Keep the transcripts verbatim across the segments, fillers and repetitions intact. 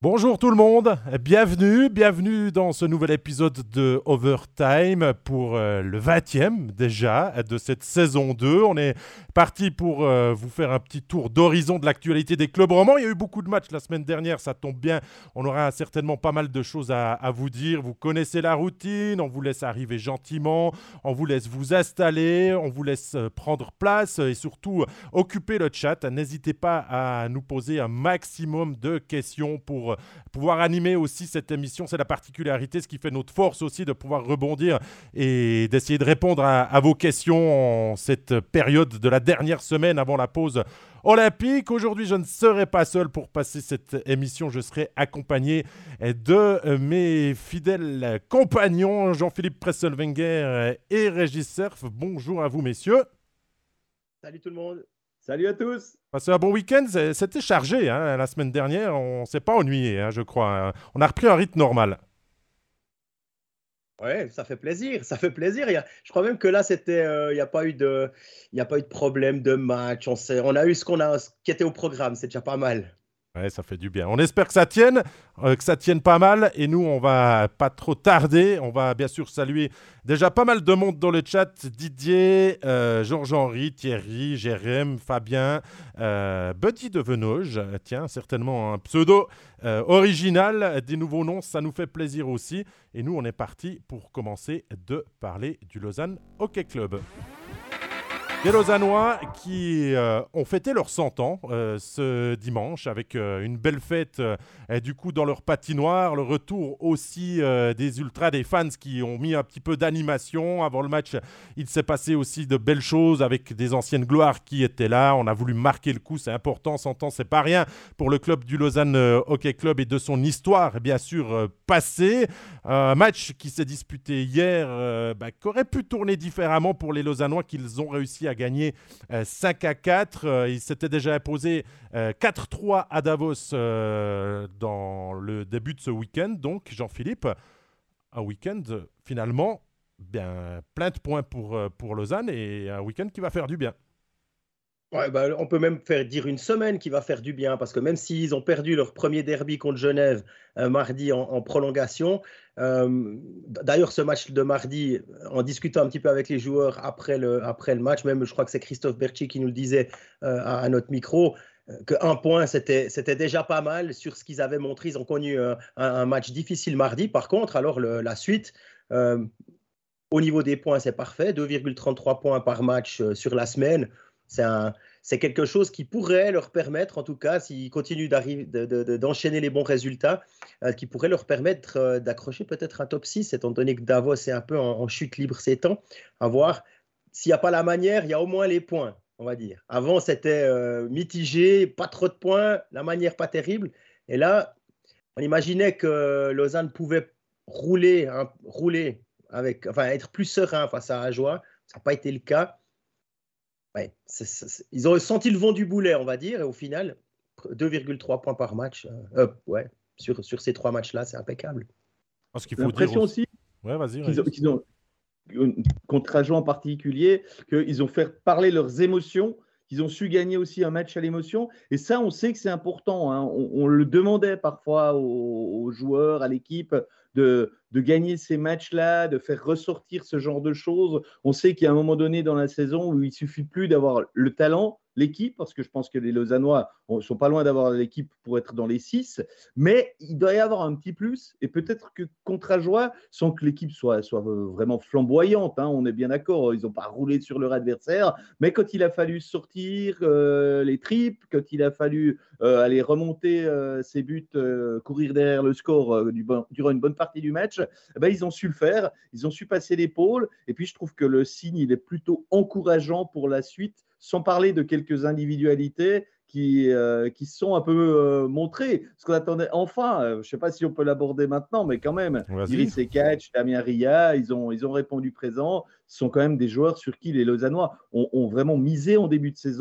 Bonjour tout le monde, bienvenue, bienvenue dans ce nouvel épisode de Overtime pour euh, le vingtième déjà de cette saison deux. On est parti pour euh, vous faire un petit tour d'horizon de l'actualité des clubs romans. Il y a eu beaucoup de matchs la semaine dernière, ça tombe bien. On aura certainement pas mal de choses à, à vous dire. Vous connaissez la routine, on vous laisse arriver gentiment, on vous laisse vous installer, on vous laisse euh, prendre place et surtout occuper le chat. N'hésitez pas à nous poser un maximum de questions pour pouvoir animer aussi cette émission. C'est la particularité, ce qui fait notre force aussi de pouvoir rebondir et d'essayer de répondre à, à vos questions en cette période de la dernière semaine avant la pause olympique. Aujourd'hui, je ne serai pas seul pour passer cette émission. Je serai accompagné de mes fidèles compagnons, Jean-Philippe Presselwenger et Régis Cerf. Bonjour à vous, messieurs. Salut tout le monde. Salut à tous. Passez un bon week-end. C'était chargé hein, la semaine dernière. On ne s'est pas ennuyé, hein, je crois. On a repris un rythme normal. Ouais, ça fait plaisir, ça fait plaisir. Il y a, je crois même que là, c'était, euh, il n'y a pas eu de, il y a pas eu de problème de match. On sait, on a eu ce qu'on a, ce qui était au programme. C'est déjà pas mal. Ouais, ça fait du bien. On espère que ça tienne, euh, que ça tienne pas mal. Et nous, on va pas trop tarder. On va bien sûr saluer déjà pas mal de monde dans le chat. Didier, euh, Georges-Henri, Thierry, Jérém, Fabien, euh, Buddy de Venoge. Tiens, certainement un pseudo euh, original. Des nouveaux noms, ça nous fait plaisir aussi. Et nous, on est parti pour commencer de parler du Lausanne Hockey Club. Des Lausannois qui euh, ont fêté leurs cent ans euh, ce dimanche avec euh, une belle fête euh, du coup dans leur patinoire. Le retour aussi euh, des ultras, des fans qui ont mis un petit peu d'animation. Avant le match, il s'est passé aussi de belles choses avec des anciennes gloires qui étaient là. On a voulu marquer le coup, c'est important. cent ans, c'est pas rien pour le club du Lausanne euh, Hockey Club et de son histoire bien sûr euh, passée. Un match qui s'est disputé hier, euh, bah, qui aurait pu tourner différemment pour les Lausannois qu'ils ont réussi à gagné euh, cinq à quatre. Euh, il s'était déjà imposé euh, quatre trois à Davos euh, dans le début de ce week-end. Donc, Jean-Philippe, un week-end finalement bien, plein de points pour, euh, pour Lausanne et un week-end qui va faire du bien. Ouais, bah, on peut même faire dire une semaine qui va faire du bien parce que même s'ils ont perdu leur premier derby contre Genève euh, mardi en, en prolongation, euh, d'ailleurs ce match de mardi, en discutant un petit peu avec les joueurs après le, après le match, même je crois que c'est Christophe Berchi qui nous le disait euh, à, à notre micro, euh, qu'un point c'était, c'était déjà pas mal sur ce qu'ils avaient montré. Ils ont connu euh, un, un match difficile mardi. Par contre, alors le, la suite, euh, au niveau des points, c'est parfait, deux virgule trente-trois points par match euh, sur la semaine. C'est, un, c'est quelque chose qui pourrait leur permettre, en tout cas, s'ils continuent de, de, d'enchaîner les bons résultats, euh, qui pourrait leur permettre euh, d'accrocher peut-être un top six, étant donné que Davos est un peu en, en chute libre ces temps. À voir. S'il n'y a pas la manière, il y a au moins les points, on va dire. Avant, c'était euh, mitigé, pas trop de points, la manière pas terrible. Et là, on imaginait que Lausanne pouvait rouler, hein, rouler avec, enfin, être plus serein face à Ajoie. Ça n'a pas été le cas. Ouais, c'est, c'est, c'est, ils ont senti le vent du boulet, on va dire, et au final, deux virgule trois points par match. Euh, ouais, sur, sur ces trois matchs-là, c'est impeccable. Ce qu'il J'ai faut dire l'impression aussi. aussi Ouais, vas-y, qu'ils ont, Régis. qu'ils ont, contre Agen en particulier, qu'ils ont fait parler leurs émotions, qu'ils ont su gagner aussi un match à l'émotion. Et ça, on sait que c'est important. Hein. On, on le demandait parfois aux, aux joueurs, à l'équipe, de, de gagner ces matchs-là, de faire ressortir ce genre de choses. On sait qu'il y a un moment donné dans la saison où il ne suffit plus d'avoir le talent, l'équipe, parce que je pense que les Lausannois ne sont pas loin d'avoir l'équipe pour être dans les six, mais il doit y avoir un petit plus, et peut-être que contre Ajoie, sans que l'équipe soit, soit vraiment flamboyante, hein, on est bien d'accord, ils n'ont pas roulé sur leur adversaire, mais quand il a fallu sortir euh, les tripes, quand il a fallu euh, aller remonter euh, ses buts, euh, courir derrière le score euh, du bon, durant une bonne partie du match, eh ben, ils ont su le faire, ils ont su passer l'épaule, et puis je trouve que le signe, il est plutôt encourageant pour la suite, sans parler de quelques individualités qui, euh, qui sont un peu euh, montrées. Ce qu'on attendait enfin, euh, je ne sais pas si on peut l'aborder maintenant, mais quand même, Vas-y. Iris Ekach, Damien Ria, ils ont, ils ont répondu présent. Ce sont quand même des joueurs sur qui les Lausannois ont, ont vraiment misé en début de saison.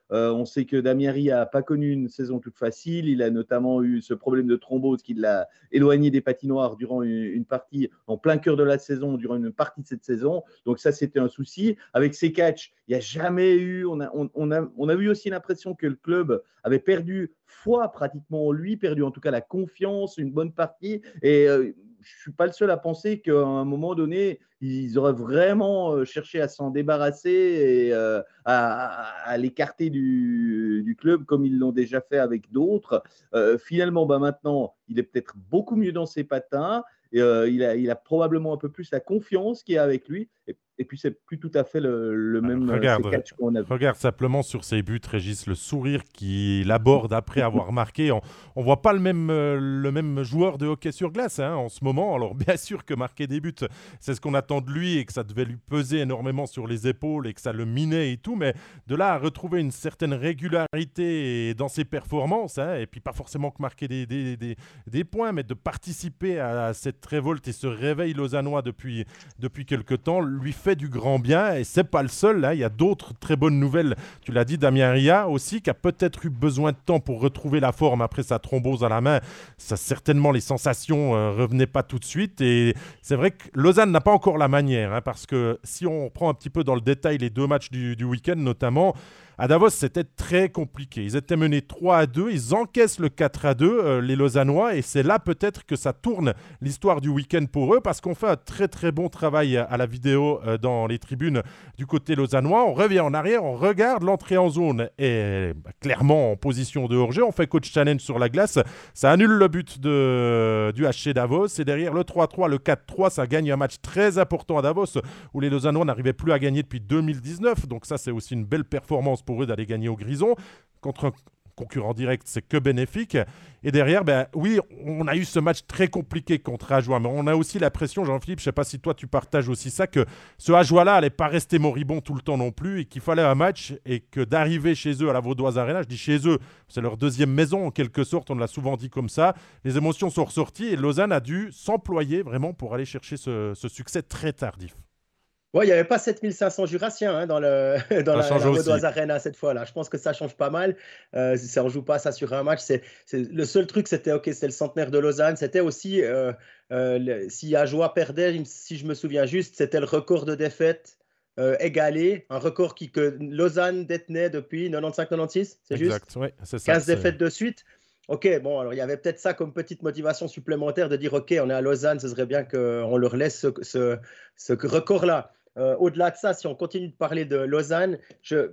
Euh, on sait que Damien Ria n'a pas connu une saison toute facile. Il a notamment eu ce problème de thrombose qui l'a éloigné des patinoires durant une, une partie, en plein cœur de la saison, durant une partie de cette saison. Donc ça, c'était un souci. Avec ses catchs, il n'y a jamais eu… On a, on, on, a, on a eu aussi l'impression que le club avait perdu foi pratiquement en lui, perdu en tout cas la confiance, une bonne partie. Et euh, je ne suis pas le seul à penser qu'à un moment donné, ils auraient vraiment cherché à s'en débarrasser et euh, à, à l'écarter du, du club comme ils l'ont déjà fait avec d'autres. Euh, finalement, bah maintenant, il est peut-être beaucoup mieux dans ses patins. Et, euh, il, a, il a probablement un peu plus la confiance qu'il y a avec lui. Et, et puis, c'est plus tout à fait le, le même regarde, catch qu'on a vu. Regarde simplement sur ses buts, Régis, le sourire qu'il aborde après avoir marqué. On ne voit pas le même, euh, le même joueur de hockey sur glace hein, en ce moment. Alors, bien sûr que marquer des buts, c'est ce qu'on attend de lui et que ça devait lui peser énormément sur les épaules et que ça le minait et tout. Mais de là à retrouver une certaine régularité dans ses performances, hein, et puis pas forcément que marquer des, des, des, des points, mais de participer à, à cette révolte et ce réveil lausannois depuis, depuis quelque temps, lui fait du grand bien et c'est pas le seul. Hein. Il y a d'autres très bonnes nouvelles. Tu l'as dit, Damien Ria aussi, qui a peut-être eu besoin de temps pour retrouver la forme après sa thrombose à la main. Ça, certainement, les sensations ne euh, revenaient pas tout de suite. Et c'est vrai que Lausanne n'a pas encore la manière, hein, parce que si on prend un petit peu dans le détail les deux matchs du, du week-end notamment, à Davos, c'était très compliqué. Ils étaient menés trois à deux. Ils encaissent le quatre à deux, euh, les Lausannois. Et c'est là peut-être que ça tourne l'histoire du week-end pour eux parce qu'on fait un très très bon travail à la vidéo euh, dans les tribunes du côté lausannois. On revient en arrière, on regarde l'entrée en zone et bah, clairement en position de hors-jeu. On fait coach challenge sur la glace. Ça annule le but de, du H C Davos. Et derrière le trois à trois, le quatre à trois, ça gagne un match très important à Davos où les Lausannois n'arrivaient plus à gagner depuis deux mille dix-neuf. Donc ça, c'est aussi une belle performance pour eux d'aller gagner au Grison. Contre un concurrent direct, c'est que bénéfique. Et derrière, ben, oui, on a eu ce match très compliqué contre Ajoie, mais on a aussi la pression, Jean-Philippe, je ne sais pas si toi tu partages aussi ça, que ce Ajoie-là n'allait pas rester moribond tout le temps non plus et qu'il fallait un match et que d'arriver chez eux à la Vaudoise Arena, je dis chez eux, c'est leur deuxième maison en quelque sorte, on l'a souvent dit comme ça, les émotions sont ressorties et Lausanne a dû s'employer vraiment pour aller chercher ce, ce succès très tardif. Ouais, il n'y avait pas sept mille cinq cents Jurassiens hein, dans, le, dans la, la Vaudoise Arena cette fois-là. Je pense que ça change pas mal. Euh, ça ne joue pas ça sur un match. C'est, c'est, le seul truc, c'était ok, c'était le centenaire de Lausanne. C'était aussi, euh, euh, le, si Ajoie perdait, si je me souviens juste, c'était le record de défaites euh, égalé. Un record qui, que Lausanne détenait depuis quatre-vingt-quinze quatre-vingt-seize, c'est exact, juste ouais, c'est ça, quinze c'est... défaites de suite. Ok, bon, alors il y avait peut-être ça comme petite motivation supplémentaire de dire ok, on est à Lausanne, ce serait bien qu'on leur laisse ce, ce, ce record-là. Euh, au-delà de ça, si on continue de parler de Lausanne, je,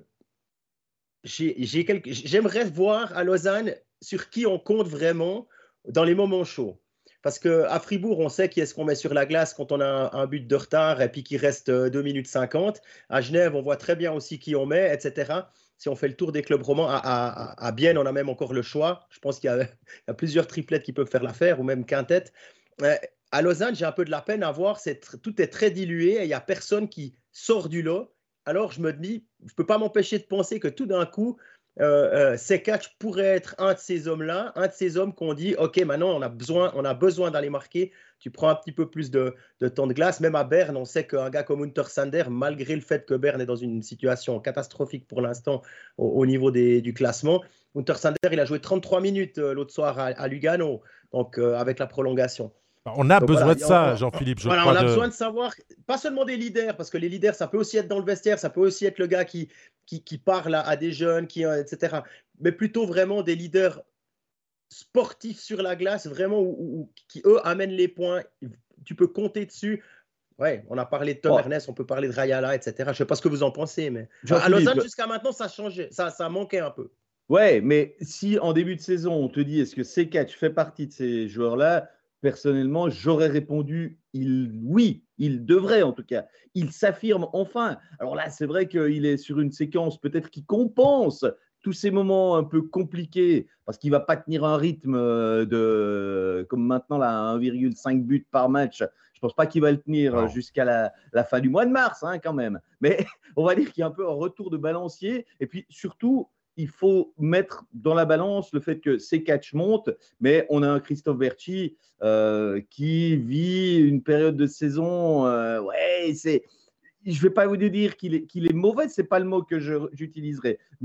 j'ai, j'ai quelque, j'aimerais voir à Lausanne sur qui on compte vraiment dans les moments chauds. Parce qu'à Fribourg, on sait qui est-ce qu'on met sur la glace quand on a un, un but de retard et puis qu'il reste deux minutes cinquante. À Genève, on voit très bien aussi qui on met, et cetera. Si on fait le tour des clubs romans, à, à, à Bienne, on a même encore le choix. Je pense qu'il y a, il y a plusieurs triplettes qui peuvent faire l'affaire, ou même quintettes. Euh, à Lausanne, j'ai un peu de la peine à voir, c'est, tout est très dilué et il n'y a personne qui sort du lot. Alors, je me dis, je ne peux pas m'empêcher de penser que tout d'un coup, euh, euh, Sekac pourrait être un de ces hommes-là, un de ces hommes qu'on dit, OK, maintenant, on a besoin, on a besoin d'aller marquer. Tu prends un petit peu plus de, de temps de glace. Même à Berne, on sait qu'un gars comme Untersander, malgré le fait que Berne est dans une situation catastrophique pour l'instant au, au niveau des, du classement, Untersander, il a joué trente-trois minutes euh, l'autre soir à, à Lugano, donc euh, avec la prolongation. On a Donc besoin voilà, de ça, on, Jean-Philippe. Je voilà, crois on a de... besoin de savoir, pas seulement des leaders, parce que les leaders, ça peut aussi être dans le vestiaire, ça peut aussi être le gars qui, qui, qui parle à, à des jeunes, qui, et cetera. Mais plutôt vraiment des leaders sportifs sur la glace, vraiment, où, où, qui, eux, amènent les points. Tu peux compter dessus. Ouais, on a parlé de Tom oh. Ernest, on peut parler de Rayala, et cetera. Je ne sais pas ce que vous en pensez, mais à Lausanne, jusqu'à maintenant, ça changeait, ça, ça manquait un peu. Ouais, mais si en début de saison, on te dit est-ce que Sekac fait partie de ces joueurs-là, personnellement, j'aurais répondu il, oui, il devrait en tout cas. Il s'affirme enfin. Alors là, c'est vrai qu'il est sur une séquence peut-être qui compense tous ces moments un peu compliqués parce qu'il ne va pas tenir un rythme de, comme maintenant, là, un virgule cinq buts par match. Je ne pense pas qu'il va le tenir non. jusqu'à la, la fin du mois de mars, hein, quand même. Mais on va dire qu'il y a un peu un retour de balancier. Et puis surtout, il faut mettre dans la balance le fait que Sekac monte, mais on a un Christophe Berchi euh, qui vit une période de saison. Euh, ouais, c'est. Je ne vais pas vous dire qu'il est, qu'il est mauvais, ce n'est pas le mot que je, j'utiliserai, mais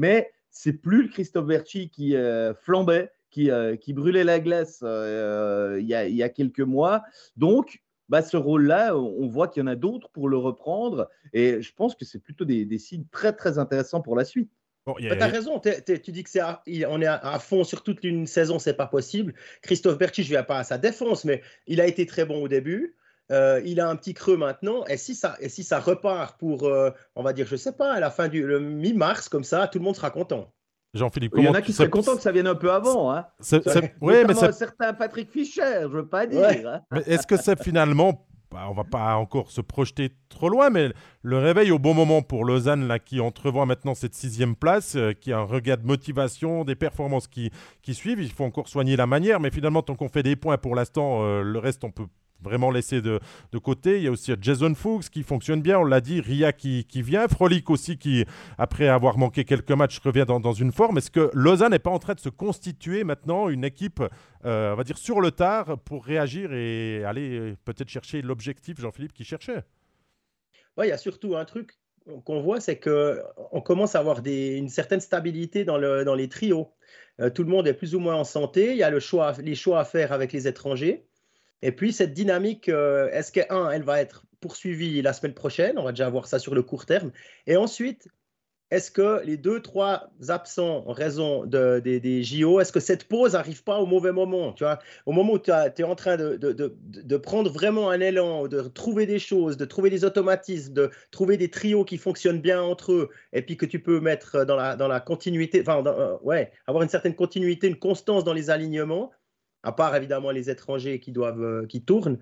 c'est plus le Christophe Berchi qui euh, flambait, qui, euh, qui brûlait la glace euh, il, y a, il y a quelques mois. Donc, bah, ce rôle-là, on voit qu'il y en a d'autres pour le reprendre. Et je pense que c'est plutôt des, des signes très, très intéressants pour la suite. Bon, a... Tu as raison, t'es, t'es, tu dis que c'est à, on est à, à fond sur toute une saison, c'est pas possible. Christophe Berchi, je ne viens pas à sa défense, mais il a été très bon au début. Euh, il a un petit creux maintenant. Et si ça, et si ça repart pour, euh, on va dire, je ne sais pas, à la fin du le mi-mars, comme ça, tout le monde sera content. Jean-Philippe, il y en a qui seraient contents que ça vienne un peu avant. Hein. C'est, c'est... Oui, mais c'est... certains Patrick Fischer, je ne veux pas dire. Ouais. Hein. Mais est-ce que c'est finalement, bah, on ne va pas encore se projeter trop loin, mais le réveil au bon moment pour Lausanne, là, qui entrevoit maintenant cette sixième place, euh, qui a un regain de motivation, des performances qui, qui suivent. Il faut encore soigner la manière, mais finalement, tant qu'on fait des points pour l'instant, euh, le reste, on peut vraiment laissé de, de côté. Il y a aussi Jason Fuchs qui fonctionne bien, on l'a dit, Ria qui, qui vient, Frolic aussi qui, après avoir manqué quelques matchs, revient dans, dans une forme. Est-ce que Lausanne n'est pas en train de se constituer maintenant une équipe, euh, on va dire, sur le tard pour réagir et aller euh, peut-être chercher l'objectif, Jean-Philippe, qui cherchait? Oui, il y a surtout un truc qu'on voit, c'est qu'on commence à avoir des, une certaine stabilité dans, le, dans les trios. Euh, tout le monde est plus ou moins en santé, il y a le choix, les choix à faire avec les étrangers. Et puis, cette dynamique, euh, est-ce que, un, elle va être poursuivie la semaine prochaine? On va déjà voir ça sur le court terme. Et ensuite, est-ce que les deux, trois absents en raison de, de, des J O, est-ce que cette pause n'arrive pas au mauvais moment? Tu vois, au moment où tu es en train de, de, de, de prendre vraiment un élan, de trouver des choses, de trouver des automatismes, de trouver des trios qui fonctionnent bien entre eux, et puis que tu peux mettre dans la, dans la continuité, enfin, dans, euh, ouais, avoir une certaine continuité, une constance dans les alignements, à part évidemment les étrangers qui, doivent, euh, qui tournent.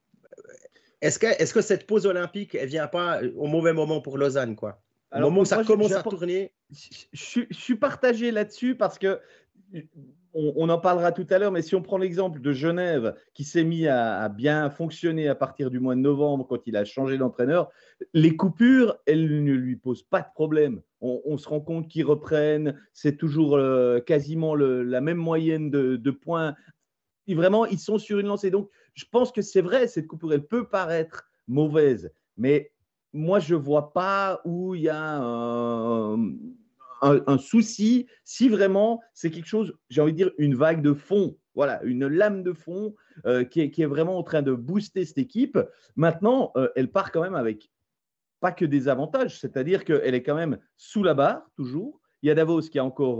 Est-ce que, est-ce que cette pause olympique, elle ne vient pas au mauvais moment pour Lausanne, quoi? Au Alors, moment où ça moi, commence à tourner. Je, je, je suis partagé là-dessus parce que on, on en parlera tout à l'heure, mais si on prend l'exemple de Genève qui s'est mis à, à bien fonctionner à partir du mois de novembre quand il a changé d'entraîneur, les coupures, elles ne lui posent pas de problème. On, on se rend compte qu'ils reprennent, c'est toujours euh, quasiment le, la même moyenne de, de points. Et vraiment, ils sont sur une lancée. Donc, je pense que c'est vrai, cette coupure, elle peut paraître mauvaise, mais moi, je ne vois pas où il y a un, un, un souci, si vraiment c'est quelque chose, j'ai envie de dire, une vague de fond, voilà, une lame de fond euh, qui, est, qui est vraiment en train de booster cette équipe. Maintenant, euh, elle part quand même avec pas que des avantages, c'est-à-dire qu'elle est quand même sous la barre, toujours. Il y a Davos qui a encore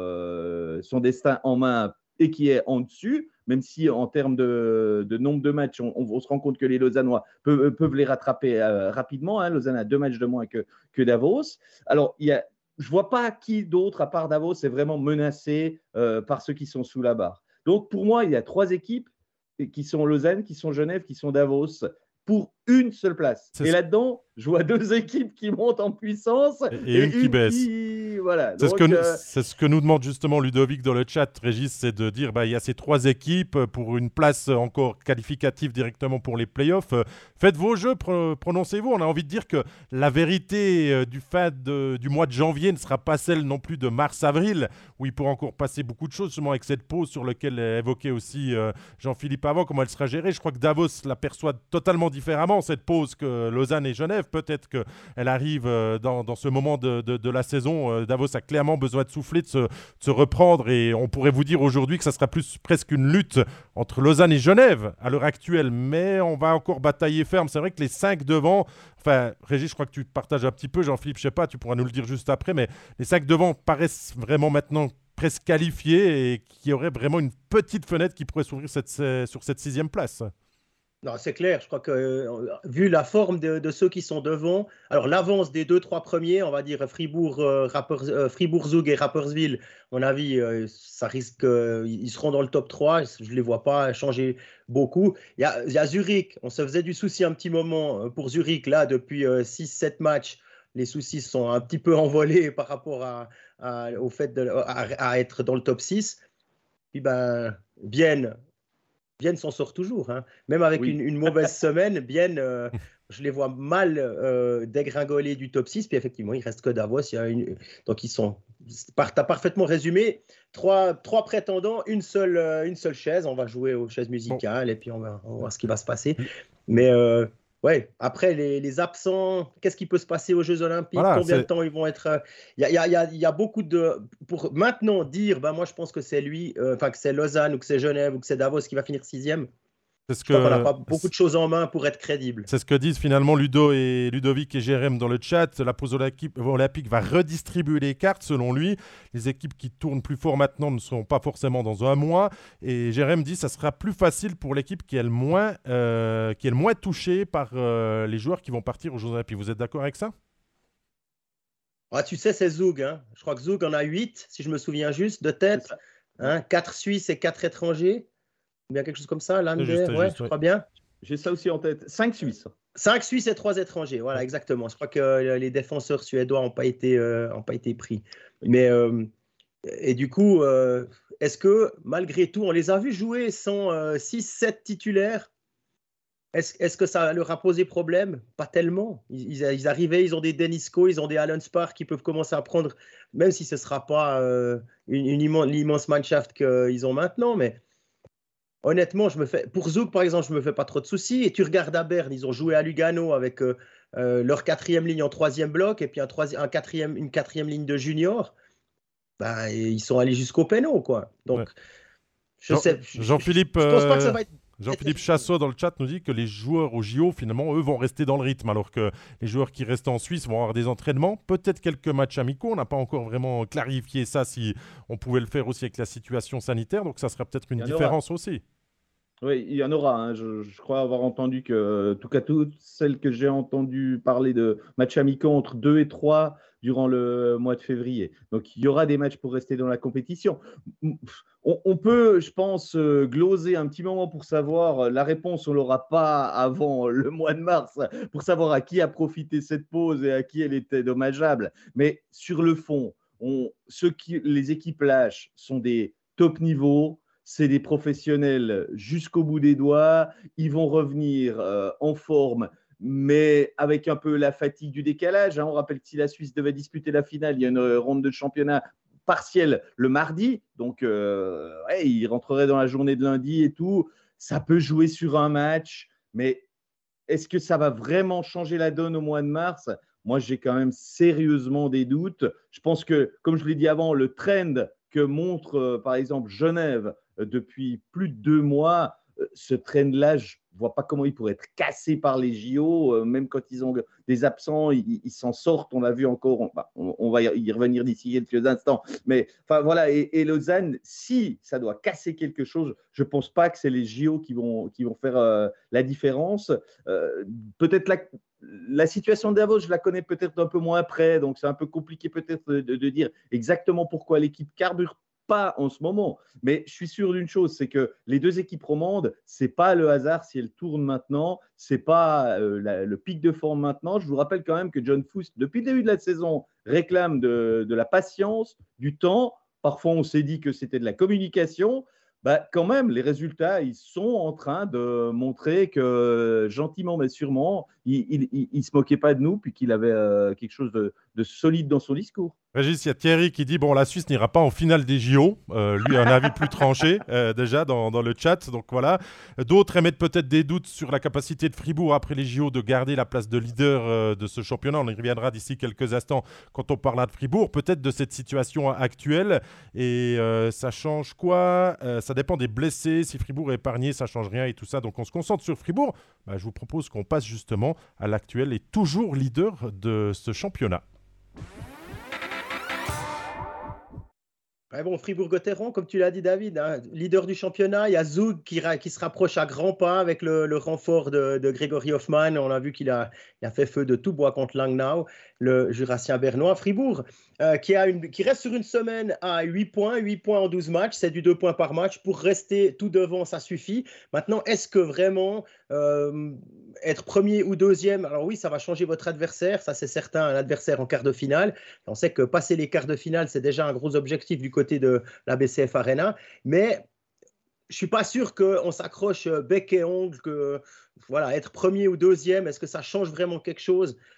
euh, son destin en main et qui est en dessus, même si en termes de, de nombre de matchs, on, on se rend compte que les Lausannois peuvent, peuvent les rattraper euh, rapidement. Hein. Lausanne a deux matchs de moins que, que Davos. Alors, il y a, je ne vois pas qui d'autre, à part Davos, est vraiment menacé euh, par ceux qui sont sous la barre. Donc, pour moi, il y a trois équipes qui sont Lausanne, qui sont Genève, qui sont Davos, pour une seule place. C'est et là-dedans, je vois deux équipes qui montent en puissance et, et, et une, une qui baisse. Qui... Voilà. C'est, Donc, ce que nous, euh... c'est ce que nous demande justement Ludovic dans le chat, Régis, c'est de dire bah, il y a ces trois équipes pour une place encore qualificative directement pour les playoffs. Faites vos jeux, pro- prononcez-vous. On a envie de dire que la vérité du fin de, du mois de janvier ne sera pas celle non plus de mars-avril, où il pourra encore passer beaucoup de choses, justement avec cette pause sur laquelle évoquait aussi euh, Jean-Philippe avant, comment elle sera gérée. Je crois que Davos l'aperçoit totalement différemment, cette pause, que Lausanne et Genève. Peut-être qu'elle arrive dans, dans ce moment de, de, de la saison. Davos a clairement besoin de souffler, de se, de se reprendre, et on pourrait vous dire aujourd'hui que ça sera plus presque une lutte entre Lausanne et Genève à l'heure actuelle, mais on va encore batailler ferme. C'est vrai que les cinq devant, enfin Régis, je crois que tu partages un petit peu, Jean-Philippe, je sais pas, tu pourras nous le dire juste après, mais les cinq devant paraissent vraiment maintenant presque qualifiés et qu'il y aurait vraiment une petite fenêtre qui pourrait s'ouvrir cette, sur cette sixième place. Non, c'est clair, je crois que euh, vu la forme de, de ceux qui sont devant, alors l'avance des deux, trois premiers, on va dire Fribourg, euh, Rappers, euh, Fribourg-Zug et Rapperswil, à mon avis, euh, ça risque, euh, ils seront dans le top trois, je ne les vois pas changer beaucoup. Il y a, il y a Zurich, on se faisait du souci un petit moment pour Zurich, là, depuis euh, six sept matchs, les soucis sont un petit peu envolés par rapport à, à, au fait de, à, à être dans le top six. Puis ben, Vienne, Vienne s'en sort toujours, hein. Même avec oui. une, une mauvaise semaine, Vienne, euh, je les vois mal euh, dégringoler du top six, puis effectivement, il ne reste que Davos. Il y a une... Donc, ils sont. Tu as parfaitement résumé. Trois, trois prétendants, une seule, euh, une seule chaise. On va jouer aux chaises musicales bon. et puis on va, on va voir ce qui va se passer. Mais euh, Ouais, après, les, les absents, qu'est-ce qui peut se passer aux Jeux Olympiques? Voilà, Combien de c'est temps ils vont être. Il y a, il y a- il y a- il y a beaucoup de. Pour maintenant dire, ben moi, je pense que c'est lui, euh, enfin, que c'est Lausanne ou que c'est Genève ou que c'est Davos qui va finir sixième. c'est ce Je crois qu'on n'a que pas beaucoup de choses en main pour être crédible. C'est ce que disent finalement Ludo et Ludovic et Jérém dans le chat. La pause olympique olympique va redistribuer les cartes selon lui. Les équipes qui tournent plus fort maintenant ne seront pas forcément dans un mois. Et Jérém dit que ça sera plus facile pour l'équipe qui est le moins, euh, qui est le moins touchée par euh, les joueurs qui vont partir aux Jeux olympiques. Vous êtes d'accord avec ça? Ah, tu sais, c'est Zug, hein. Je crois que Zug en a huit, si je me souviens juste, de C'est tête. ça. Hein, quatre Suisses et quatre étrangers. Ou bien quelque chose comme ça, C'est juste, Lander, c'est ouais, juste, je oui. crois bien. J'ai ça aussi en tête. Cinq Suisses. Cinq Suisses et trois étrangers, voilà, Ouais. exactement. Je crois que euh, les défenseurs suédois n'ont pas été, euh, ont pas été pris. Mais, euh, et du coup, euh, est-ce que malgré tout, on les a vus jouer sans euh, six sept titulaires? Est-ce, est-ce que ça leur a posé problème? Pas tellement. Ils, ils- ils arrivaient, ils ont des Denisco, ils ont des Alan Spar qui peuvent commencer à prendre, même si ce ne sera pas euh, une, une immense, l'immense Mannschaft qu'ils ont maintenant. Mais honnêtement, je me fais, pour Zouk, par exemple, je ne me fais pas trop de soucis. Et tu regardes à Berne, ils ont joué à Lugano avec euh, euh, leur quatrième ligne en troisième bloc et puis un troisi- un quatrième, une quatrième ligne de junior. Ben, et ils sont allés jusqu'au péno, quoi. Ouais. Donc, je Jean- sais, je, je, je- Jean-Philippe, je pense pas que ça euh, va être très Jean-Philippe difficile. Chassot dans le chat nous dit que les joueurs au J O, finalement, eux, vont rester dans le rythme, alors que les joueurs qui restent en Suisse vont avoir des entraînements, peut-être quelques matchs amicaux. On n'a pas encore vraiment clarifié ça, si on pouvait le faire aussi avec la situation sanitaire, donc ça serait peut-être une Il y en aura. différence aussi. Oui, il y en aura. Hein. Je, je crois avoir entendu que, en tout cas, toutes celles que j'ai entendu parler de matchs amicaux entre deux et trois durant le mois de février. Donc, il y aura des matchs pour rester dans la compétition. On, on peut, je pense, euh, gloser un petit moment pour savoir. euh, La réponse, on ne l'aura pas avant le mois de mars, pour savoir à qui a profité cette pause et à qui elle était dommageable. Mais sur le fond, on, ceux qui les équipes lâchent sont des top niveaux. C'est des professionnels jusqu'au bout des doigts. Ils vont revenir euh, en forme, mais avec un peu la fatigue du décalage. Hein. On rappelle que si la Suisse devait disputer la finale, il y a une ronde de championnat partielle le mardi. Donc, euh, ouais, ils rentreraient dans la journée de lundi et tout. Ça peut jouer sur un match, mais est-ce que ça va vraiment changer la donne au mois de mars? Moi, j'ai quand même sérieusement des doutes. Je pense que, comme je l'ai dit avant, le trend que montre, euh, par exemple, Genève euh, depuis plus de deux mois, euh, ce trend-là, je ne vois pas comment il pourrait être cassé par les J O. Euh, même quand ils ont des absents, ils, ils s'en sortent. On l'a vu encore. On, bah, on, on va y revenir d'ici quelques instants. Mais enfin, voilà. Et, et Lausanne, si ça doit casser quelque chose, je ne pense pas que c'est les J O qui vont, qui vont faire euh, la différence. Euh, peut-être la, la situation de Davos, je la connais peut-être un peu moins près, donc c'est un peu compliqué peut-être de, de dire exactement pourquoi l'équipe carbure pas en ce moment. Mais je suis sûr d'une chose, c'est que les deux équipes romandes, c'est pas le hasard si elles tournent maintenant, c'est pas euh, la, le pic de forme maintenant. Je vous rappelle quand même que John Foust, depuis le début de la saison, réclame de, de la patience, du temps. Parfois, on s'est dit que c'était de la communication. Bah, quand même, les résultats, ils sont en train de montrer que, gentiment mais sûrement, il ne se moquait pas de nous, puis qu'il avait euh, quelque chose de, de solide dans son discours. Régis, il y a Thierry qui dit bon, la Suisse n'ira pas en finale des J O. Euh, lui a un avis plus tranché euh, déjà dans, dans le chat. Donc voilà. D'autres émettent peut-être des doutes sur la capacité de Fribourg après les J O de garder la place de leader euh, de ce championnat. On y reviendra d'ici quelques instants quand on parlera de Fribourg, peut-être de cette situation actuelle. Et euh, ça change quoi euh, Ça dépend des blessés. Si Fribourg est épargné, ça change rien et tout ça. Donc on se concentre sur Fribourg. Bah, je vous propose qu'on passe justement à l'actuel et toujours leader de ce championnat. Ouais, bon, Fribourg-Gotteron, comme tu l'as dit, David, hein, leader du championnat. Il y a Zug qui, qui se rapproche à grands pas avec le, le renfort de, de Grégory Hoffmann. On a vu qu'il a, il a fait feu de tout bois contre Langnau, le Jurassien bernois. Fribourg, euh, qui, a une, qui reste sur une semaine à huit points, huit points en douze matchs. C'est du deux points par match. Pour rester tout devant, ça suffit. Maintenant, est-ce que vraiment euh, être premier ou deuxième, alors oui, ça va changer votre adversaire. Ça, c'est certain, un adversaire en quart de finale. On sait que passer les quarts de finale, c'est déjà un gros objectif du côté de la B C F Arena, mais je ne suis pas sûr qu'on s'accroche bec et ongle, que voilà, être premier ou deuxième, est-ce que ça change vraiment quelque chose?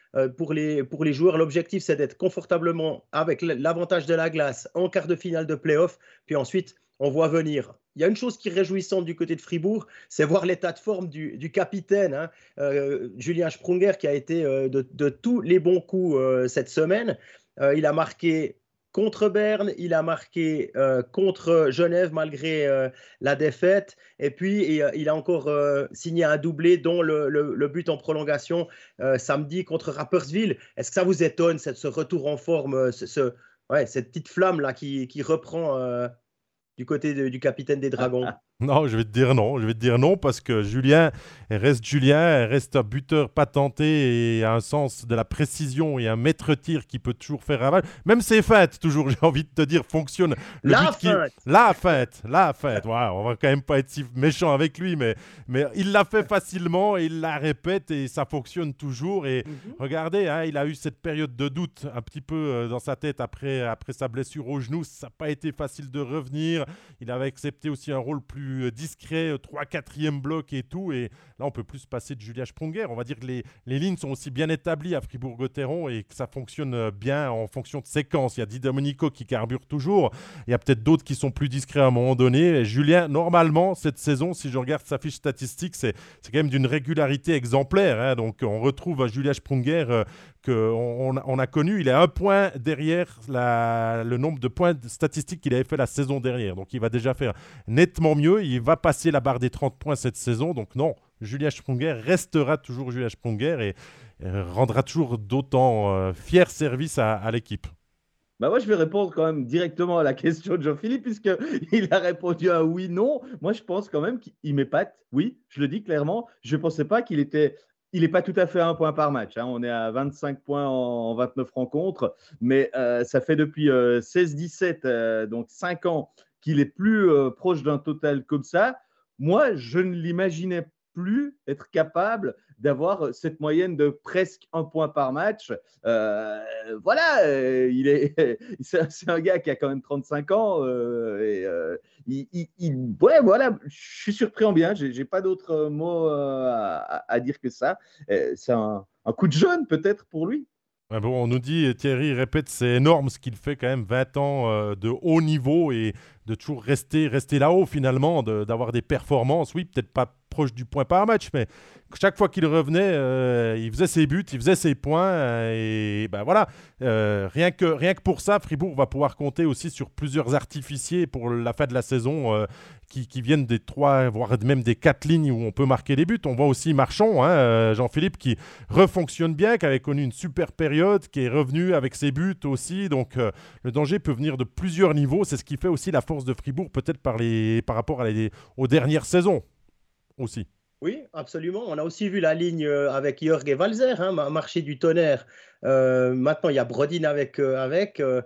euh, pour, les, pour les joueurs. L'objectif, c'est d'être confortablement avec l'avantage de la glace en quart de finale de play-off. Puis ensuite, on voit venir. Il y a une chose qui est réjouissante du côté de Fribourg, c'est voir l'état de forme du, du capitaine, hein, euh, Julien Sprunger, qui a été euh, de, de tous les bons coups euh, cette semaine. Euh, il a marqué contre Berne, il a marqué euh, contre Genève malgré euh, la défaite. Et puis, et, euh, il a encore euh, signé un doublé, dont le, le, le but en prolongation euh, samedi contre Rapperswil. Est-ce que ça vous étonne, cette, ce retour en forme, ce, ce, ouais, cette petite flamme-là qui, qui reprend euh, du côté de, du capitaine des Dragons? Non, je vais te dire non. Je vais te dire non parce que Julien reste Julien, reste un buteur patenté et a un sens de la précision et un maître-tir qui peut toujours faire ravage. Même ses feintes, toujours, j'ai envie de te dire, fonctionnent. Le la but feinte qui... La feinte La feinte ouais, on va quand même pas être si méchant avec lui, mais, mais il l'a fait facilement et il la répète et ça fonctionne toujours. Et mm-hmm. regardez, hein, il a eu cette période de doute un petit peu dans sa tête après, après sa blessure au genou. Ça n'a pas été facile de revenir. Il avait accepté aussi un rôle plus discret, trois quatrième bloc et tout, et là on peut plus se passer de Julien Sprunger. On va dire que les, les lignes sont aussi bien établies à Fribourg-Gotteron et que ça fonctionne bien en fonction de séquence. Il y a Di Domenico qui carbure toujours, il y a peut-être d'autres qui sont plus discrets à un moment donné. Et Julien, normalement cette saison, si je regarde sa fiche statistique, c'est, c'est quand même d'une régularité exemplaire, hein. Donc on retrouve Julien Sprunger euh, qu'on on, on a connu, il est un point derrière la, le nombre de points statistiques qu'il avait fait la saison dernière, donc il va déjà faire nettement mieux. Il va passer la barre des trente points cette saison. Donc non, Julien Sprunger restera toujours Julien Sprunger et, et rendra toujours d'autant euh, fier service à, à l'équipe. Bah moi, je vais répondre quand même directement à la question de Jean-Philippe, puisqu'il a répondu un oui, non. Moi, je pense quand même qu'il m'épate. Oui, je le dis clairement. Je ne pensais pas qu'il était... Il n'est pas tout à fait à un point par match, hein. On est à vingt-cinq points en vingt-neuf rencontres, mais euh, ça fait depuis euh, seize dix-sept, euh, donc cinq ans, qu'il est plus euh, proche d'un total comme ça. Moi, je ne l'imaginais plus être capable d'avoir cette moyenne de presque un point par match. Euh, voilà, euh, il est, c'est, c'est un gars qui a quand même trente-cinq ans. Euh, et, euh, il, il, il, ouais, voilà, je suis surpris en bien. J'ai, j'ai pas d'autres mots euh, à, à dire que ça. Euh, c'est un, un coup de jeune peut-être pour lui. Ouais, bon, on nous dit, Thierry répète, c'est énorme ce qu'il fait quand même, vingt ans euh, de haut niveau et de toujours rester, rester là-haut finalement, de, d'avoir des performances. Oui, peut-être pas proche du point par match, mais chaque fois qu'il revenait, euh, il faisait ses buts, il faisait ses points. Euh, et ben voilà, euh, rien, que, rien que pour ça, Fribourg va pouvoir compter aussi sur plusieurs artificiers pour la fin de la saison euh, qui, qui viennent des trois, voire même des quatre lignes où on peut marquer des buts. On voit aussi Marchand, hein, euh, Jean-Philippe, qui refonctionne bien, qui avait connu une super période, qui est revenu avec ses buts aussi. Donc euh, le danger peut venir de plusieurs niveaux. C'est ce qui fait aussi la force de Fribourg, peut-être par, les, par rapport à les, aux dernières saisons aussi. Oui, absolument. On a aussi vu la ligne avec Jörg et Walser, hein, marché du tonnerre. Euh, maintenant, il y a Brodin avec. Euh, avec euh,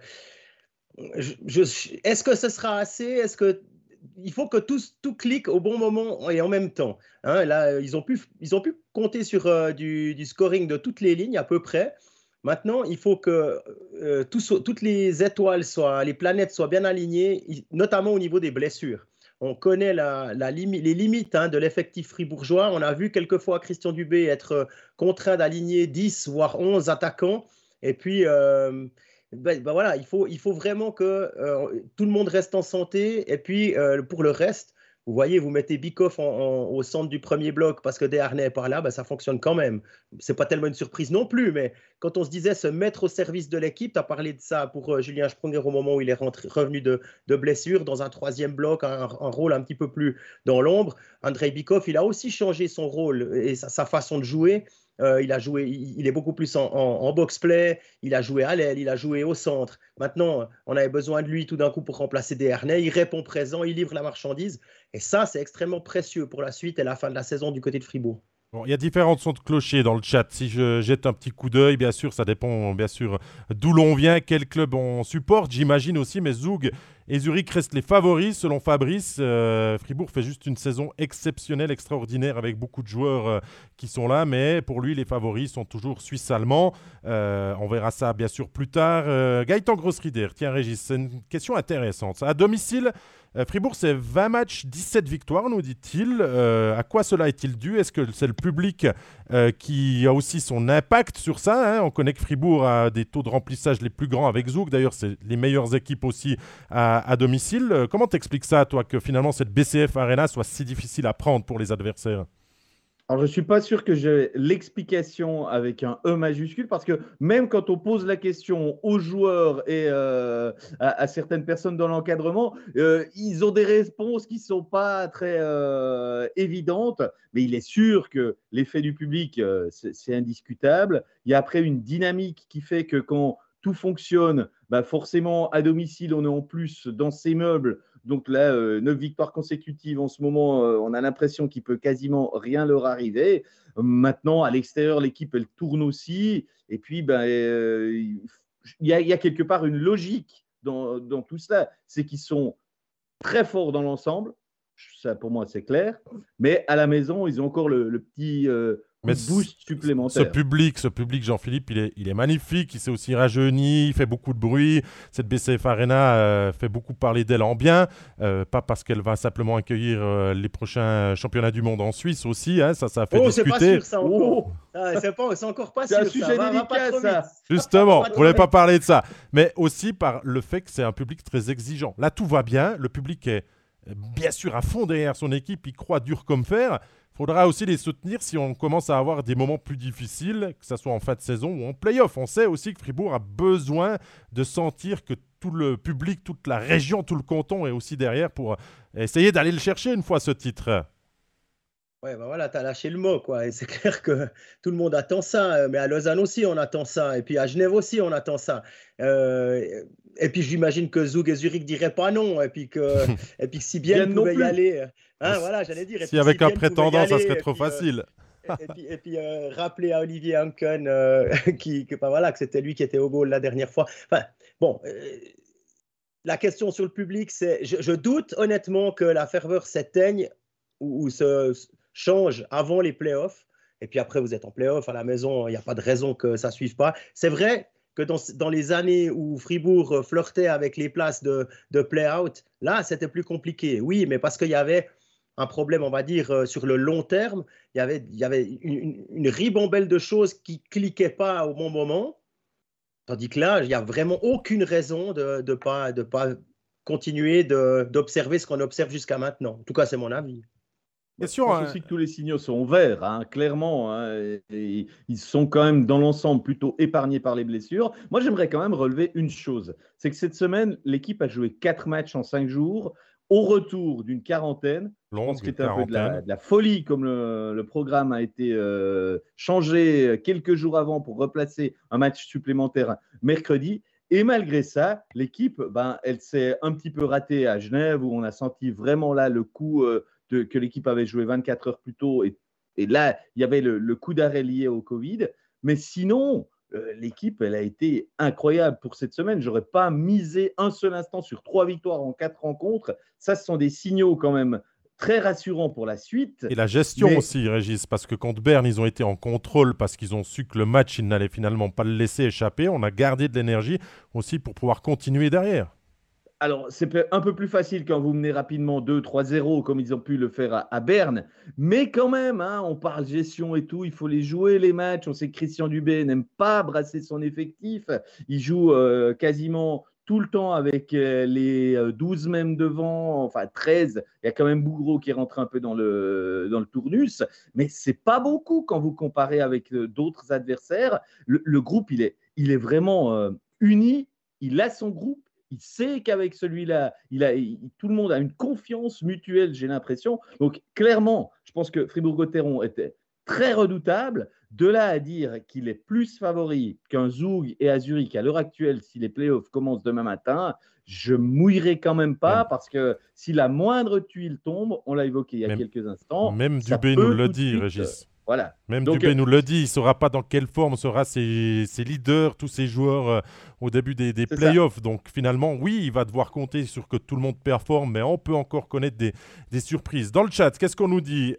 je, je, est-ce que ce sera assez? Est-ce que il faut que tout, tout clique au bon moment et en même temps, hein? Là, ils ont pu, ils ont pu compter sur euh, du, du scoring de toutes les lignes à peu près. Maintenant, il faut que euh, tout, toutes les étoiles soient, les planètes soient bien alignées, notamment au niveau des blessures. On connaît la, la limi- les limites hein, de l'effectif fribourgeois. On a vu quelquefois Christian Dubé être contraint d'aligner dix voire onze attaquants. Et puis, euh, ben, ben voilà, il faut, il faut vraiment que euh, tout le monde reste en santé. Et puis, euh, pour le reste, vous voyez, vous mettez Bikoff en, en, au centre du premier bloc parce que Desharnais est par là, ben ça fonctionne quand même. Ce n'est pas tellement une surprise non plus, mais quand on se disait se mettre au service de l'équipe, tu as parlé de ça pour euh, Julien Sprunger au moment où il est rentré, revenu de, de blessure dans un troisième bloc, un, un rôle un petit peu plus dans l'ombre. Andrei Bikoff, il a aussi changé son rôle et sa, sa façon de jouer. Euh, il, a joué, il, il est beaucoup plus en, en, en box-play, il a joué à l'aile, il a joué au centre. Maintenant, on avait besoin de lui tout d'un coup pour remplacer Desharnais. Il répond présent, il livre la marchandise. Et ça, c'est extrêmement précieux pour la suite et la fin de la saison du côté de Fribourg. Bon, il y a différents sons de clocher dans le chat. Si je jette un petit coup d'œil, bien sûr, ça dépend bien sûr d'où l'on vient, quel club on supporte, j'imagine aussi. Mais Zoug, et Zurich restent les favoris selon Fabrice. Euh, Fribourg fait juste une saison exceptionnelle, extraordinaire avec beaucoup de joueurs euh, qui sont là, mais pour lui les favoris sont toujours suisses-allemands. Euh, on verra ça bien sûr plus tard. Euh, Gaëtan Grossrider, tiens Régis, c'est une question intéressante. À domicile, euh, Fribourg c'est vingt matchs, dix-sept victoires nous dit-il. Euh, à quoi cela est-il dû? Est-ce que c'est le public euh, qui a aussi son impact sur ça, hein? On connaît que Fribourg a des taux de remplissage les plus grands avec Zug. D'ailleurs, c'est les meilleures équipes aussi à, à domicile. Euh, comment t'expliques ça, toi, que finalement cette B C F Arena soit si difficile à prendre pour les adversaires? Alors, je ne suis pas sûr que j'ai l'explication avec un E majuscule, parce que même quand on pose la question aux joueurs et euh, à, à certaines personnes dans l'encadrement, euh, ils ont des réponses qui ne sont pas très euh, évidentes. Mais il est sûr que l'effet du public, euh, c'est, c'est indiscutable. Il y a après une dynamique qui fait que quand tout fonctionne, bah forcément, à domicile, on est en plus dans ces meubles. Donc là, euh, neuf victoires consécutives en ce moment, euh, on a l'impression qu'il peut quasiment rien leur arriver. Maintenant, à l'extérieur, l'équipe, elle tourne aussi. Et puis, ben, euh, il y a, il y a quelque part une logique dans, dans tout cela. C'est qu'ils sont très forts dans l'ensemble. Ça, pour moi, c'est clair. Mais à la maison, ils ont encore le, le petit euh, coup Mais de boost supplémentaire. Ce public, ce public Jean-Philippe, il est, il est magnifique. Il s'est aussi rajeuni, il fait beaucoup de bruit. Cette B C F Arena euh, fait beaucoup parler d'elle en bien. Euh, pas parce qu'elle va simplement accueillir euh, les prochains championnats du monde en Suisse aussi. Hein, ça, ça a fait oh, discuter. C'est pas sûr, ça encore. Oh. Ah, c'est, pas, c'est encore pas c'est sûr. C'est un sujet ça. délicat, va, va ça. Justement, on voulait pas parler de ça. Mais aussi par le fait que c'est un public très exigeant. Là, tout va bien. Le public est bien sûr à fond derrière son équipe. Il croit dur comme fer. Il faudra aussi les soutenir si on commence à avoir des moments plus difficiles, que ce soit en fin de saison ou en play-off. On sait aussi que Fribourg a besoin de sentir que tout le public, toute la région, tout le canton est aussi derrière pour essayer d'aller le chercher une fois ce titre. Ouais, ben voilà, tu as lâché le mot, quoi. Et c'est clair que tout le monde attend ça. Mais à Lausanne aussi, on attend ça. Et puis à Genève aussi, on attend ça. Euh, et puis j'imagine que Zug et Zurich ne diraient pas non. Et puis que, et puis que si bien pouvait y aller. Hein, voilà, j'allais dire. Si avec si un prétendant, ça serait trop puis, facile. Euh, et, et puis, et puis euh, rappeler à Olivier Hanken euh, qui, que, ben voilà, que c'était lui qui était au goal la dernière fois. Enfin, bon. Euh, la question sur le public, c'est. Je, je doute honnêtement que la ferveur s'éteigne ou, ou se. change avant les playoffs, et puis après vous êtes en playoffs à la maison, il n'y a pas de raison que ça ne suive pas. C'est vrai que dans, dans les années où Fribourg flirtait avec les places de, de play-out, là c'était plus compliqué, oui, mais parce qu'il y avait un problème, on va dire, sur le long terme, il y avait, il y avait une, une ribambelle de choses qui ne cliquaient pas au bon moment, tandis que là, il n'y a vraiment aucune raison de ne de pas, de pas continuer de, d'observer ce qu'on observe jusqu'à maintenant. En tout cas, c'est mon avis. Je pense aussi que tous les signaux sont verts, hein, clairement. Hein, et, et ils sont quand même dans l'ensemble plutôt épargnés par les blessures. Moi, j'aimerais quand même relever une chose. C'est que cette semaine, l'équipe a joué quatre matchs en cinq jours, au retour d'une quarantaine. Longue, je pense que c'était un peu de la, de la folie, comme le, le programme a été euh, changé quelques jours avant pour replacer un match supplémentaire mercredi. Et malgré ça, l'équipe, ben, elle s'est un petit peu ratée à Genève, où on a senti vraiment là le coup euh, de, que l'équipe avait joué vingt-quatre heures plus tôt. Et, et là, il y avait le, le coup d'arrêt lié au Covid. Mais sinon, euh, l'équipe, elle a été incroyable pour cette semaine. Je n'aurais pas misé un seul instant sur trois victoires en quatre rencontres. Ça, ce sont des signaux quand même très rassurants pour la suite. Et la gestion mais... aussi, Régis, parce que contre Berne, ils ont été en contrôle parce qu'ils ont su que le match, ils n'allaient finalement pas le laisser échapper. On a gardé de l'énergie aussi pour pouvoir continuer derrière. Alors, c'est un peu plus facile quand vous menez rapidement deux trois zéro, comme ils ont pu le faire à, à Berne. Mais quand même, hein, on parle gestion et tout, il faut les jouer, les matchs. On sait que Christian Dubé n'aime pas brasser son effectif. Il joue euh, quasiment tout le temps avec euh, les douze mêmes devant, enfin treize. Il y a quand même Bougreau qui rentre un peu dans le, dans le tournus. Mais ce n'est pas beaucoup quand vous comparez avec euh, d'autres adversaires. Le, le groupe, il est, il est vraiment euh, uni. Il a son groupe. Il sait qu'avec celui-là, il a, il, tout le monde a une confiance mutuelle, j'ai l'impression. Donc, clairement, je pense que Fribourg-Gotteron était très redoutable. De là à dire qu'il est plus favori qu'un Zug et à Zurich à l'heure actuelle, si les playoffs commencent demain matin, je mouillerai quand même pas, même. Parce que si la moindre tuile tombe, on l'a évoqué il y a même, quelques instants. Même Dubé nous l'a dit, suite, Régis. Voilà. Même Donc, Dubé euh, nous le dit, il ne saura pas dans quelle forme sera ses, ses leaders, tous ces joueurs euh, au début des, des c'est ça. playoffs. Donc finalement, oui, il va devoir compter sur que tout le monde performe, mais on peut encore connaître des, des surprises. Dans le chat, qu'est-ce qu'on nous dit?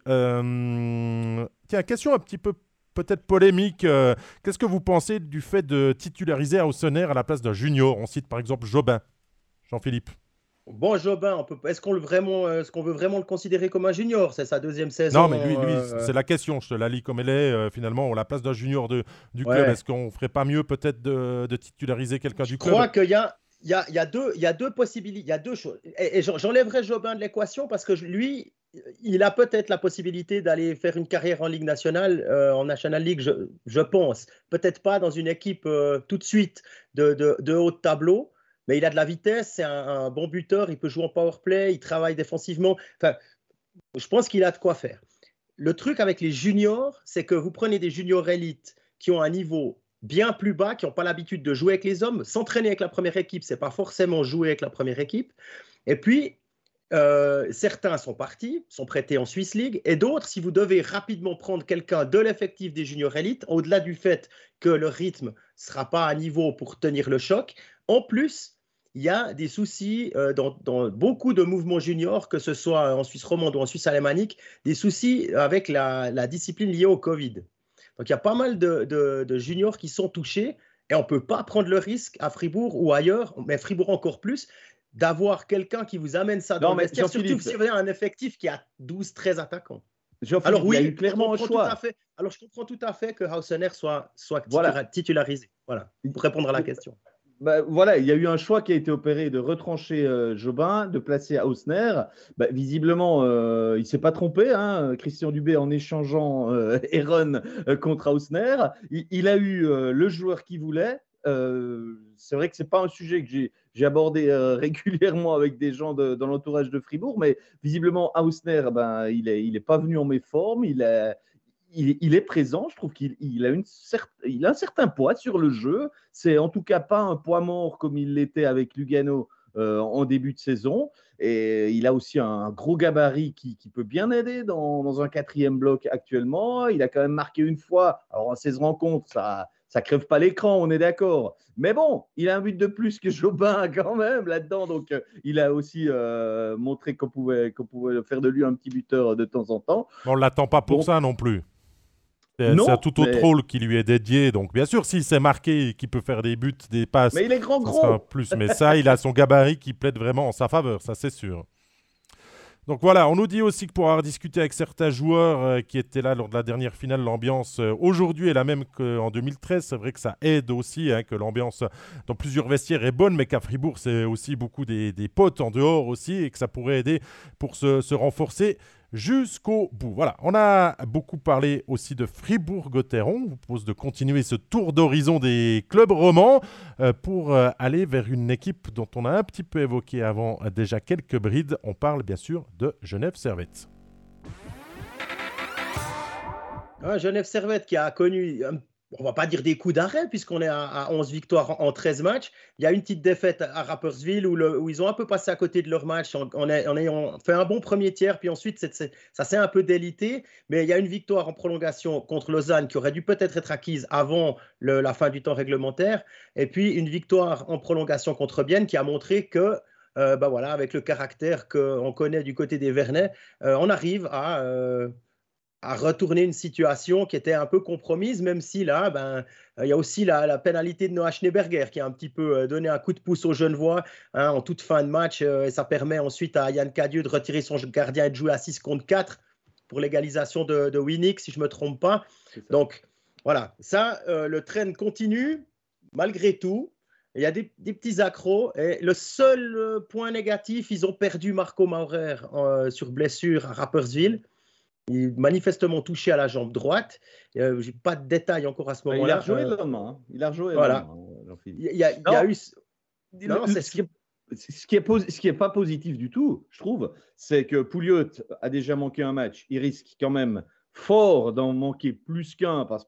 Euh, Tiens, question un petit peu peut-être polémique. euh, Qu'est-ce que vous pensez du fait de titulariser Hausener à la place d'un junior? On cite par exemple Jobin. Jean-Philippe. Bon, Jobin, on peut... est-ce qu'on le vraiment, euh, est-ce qu'on veut vraiment le considérer comme un junior? C'est sa deuxième Non, saison. mais lui, lui euh, c'est la question. Je te la lis comme elle est. euh, finalement, à la place d'un junior de, du club, Ouais. est-ce qu'on ferait pas mieux peut-être de, de titulariser quelqu'un Je du club? crois qu'il y a, il y a, il y a deux, il y a deux possibilités, il y a deux choses. Et, et j'en- j'enlèverai Jobin de l'équation parce que je- lui, il a peut-être la possibilité d'aller faire une carrière en Ligue nationale, euh, en National League, je, je pense. Peut-être pas dans une équipe euh, tout de suite de, de, de haut de tableau, mais il a de la vitesse, c'est un, un bon buteur, il peut jouer en power play, il travaille défensivement. Enfin, je pense qu'il a de quoi faire. Le truc avec les juniors, c'est que vous prenez des juniors élites qui ont un niveau bien plus bas, qui n'ont pas l'habitude de jouer avec les hommes. S'entraîner avec la première équipe, ce n'est pas forcément jouer avec la première équipe. Et puis, euh, certains sont partis, sont prêtés en Swiss League, et d'autres, si vous devez rapidement prendre quelqu'un de l'effectif des juniors élites, au-delà du fait que le rythme ne sera pas à niveau pour tenir le choc, en plus, il y a des soucis euh, dans, dans beaucoup de mouvements juniors, que ce soit en Suisse romande ou en Suisse alémanique, des soucis avec la, la discipline liée au Covid. Donc, il y a pas mal de, de, de juniors qui sont touchés et on ne peut pas prendre le risque à Fribourg ou ailleurs, mais Fribourg encore plus, d'avoir quelqu'un qui vous amène ça dans non, le mais vestiaire, surtout Jean-Philippe, si vous avez un effectif qui a douze treize attaquants. Jean-Philippe, Alors il y a oui, eu clairement un je comprends tout à choix. fait. Alors je comprends tout à fait que Hausener soit, soit Voilà. titularisé. Voilà, pour répondre à la question. Bah, voilà, il y a eu un choix qui a été opéré de retrancher euh, Jobin, de placer Hausner. Bah, visiblement, euh, il ne s'est pas trompé, hein, Christian Dubé, en échangeant euh, Aaron euh, contre Hausner. Il, il a eu euh, le joueur qu'il voulait. Euh, c'est vrai que ce n'est pas un sujet que j'ai, j'ai abordé euh, régulièrement avec des gens de, dans l'entourage de Fribourg, mais visiblement, Hausner, ben, il n'est il est pas venu en méforme. Il est, il, il est présent. Je trouve qu'il il a, une cert, il a un certain poids sur le jeu. C'est en tout cas pas un poids mort comme il l'était avec Lugano euh, en début de saison. Et il a aussi un gros gabarit qui, qui peut bien aider dans, dans un quatrième bloc actuellement. Il a quand même marqué une fois. Alors en seize rencontres, ça ça crève pas l'écran, on est d'accord. Mais bon, il a un but de plus que Jobin quand même là-dedans. Donc euh, il a aussi euh, montré qu'on pouvait, qu'on pouvait faire de lui un petit buteur de temps en temps. On ne l'attend pas pour Bon, ça non plus. C'est c'est un non, tout autre mais, rôle qui lui est dédié. Donc, bien sûr, s'il s'est marqué et qu'il peut faire des buts, des passes, mais il est grand ça sera un gros. plus. Mais ça, il a son gabarit qui plaide vraiment en sa faveur, ça c'est sûr. Donc voilà, on nous dit aussi que pour avoir discuté avec certains joueurs euh, qui étaient là lors de la dernière finale, l'ambiance euh, aujourd'hui est la même qu'en deux mille treize. C'est vrai que ça aide aussi, hein, que l'ambiance dans plusieurs vestiaires est bonne, mais qu'à Fribourg, c'est aussi beaucoup des, des potes en dehors aussi et que ça pourrait aider pour se, se renforcer jusqu'au bout. Voilà, on a beaucoup parlé aussi de Fribourg-Gotteron. On vous propose de continuer ce tour d'horizon des clubs romans euh, pour euh, aller vers une équipe dont on a un petit peu évoqué avant euh, déjà quelques brides. On parle bien sûr de Genève Servette. Ah, Genève Servette qui a connu, un- on va pas dire des coups d'arrêt puisqu'on est à, à onze victoires en, en treize matchs. Il y a une petite défaite à Rapperswil où, le- où ils ont un peu passé à côté de leur match en, en ay- en ayant fait un bon premier tiers, puis ensuite c'est- c'est- ça s'est un peu délité. Mais il y a une victoire en prolongation contre Lausanne qui aurait dû peut-être être acquise avant le- la fin du temps réglementaire. Et puis une victoire en prolongation contre Bienne qui a montré que euh, bah voilà, avec le caractère qu'on connaît du côté des Vernets, euh, on arrive à, euh, à retourner une situation qui était un peu compromise, même si là, ben, il y a aussi la, la pénalité de Noah Schneeberger qui a un petit peu euh, donné un coup de pouce aux Genevois hein, en toute fin de match. Euh, et ça permet ensuite à Yann Cadieux de retirer son gardien et de jouer à six contre quatre pour l'égalisation de, de Winnick, si je ne me trompe pas. Donc, voilà, ça, euh, le train continue, malgré tout. Il y a des, des petits accros. Et le seul euh, point négatif, ils ont perdu Marco Maurer euh, sur blessure à Rapperswil. Il est manifestement touché à la jambe droite. Euh, je n'ai pas de détails encore à ce Il a moment-là. rejoué Euh, le lendemain. Hein. Il a rejoué le voilà. lendemain, euh, Jean-Philippe. Il y a, il y Non, a eu. le- Non, non, le- c'est ce qui est, ce qui est, posi- ce qui est pas positif du tout, je trouve, c'est que Pouliot a déjà manqué un match. Il risque quand même fort d'en manquer plus qu'un parce que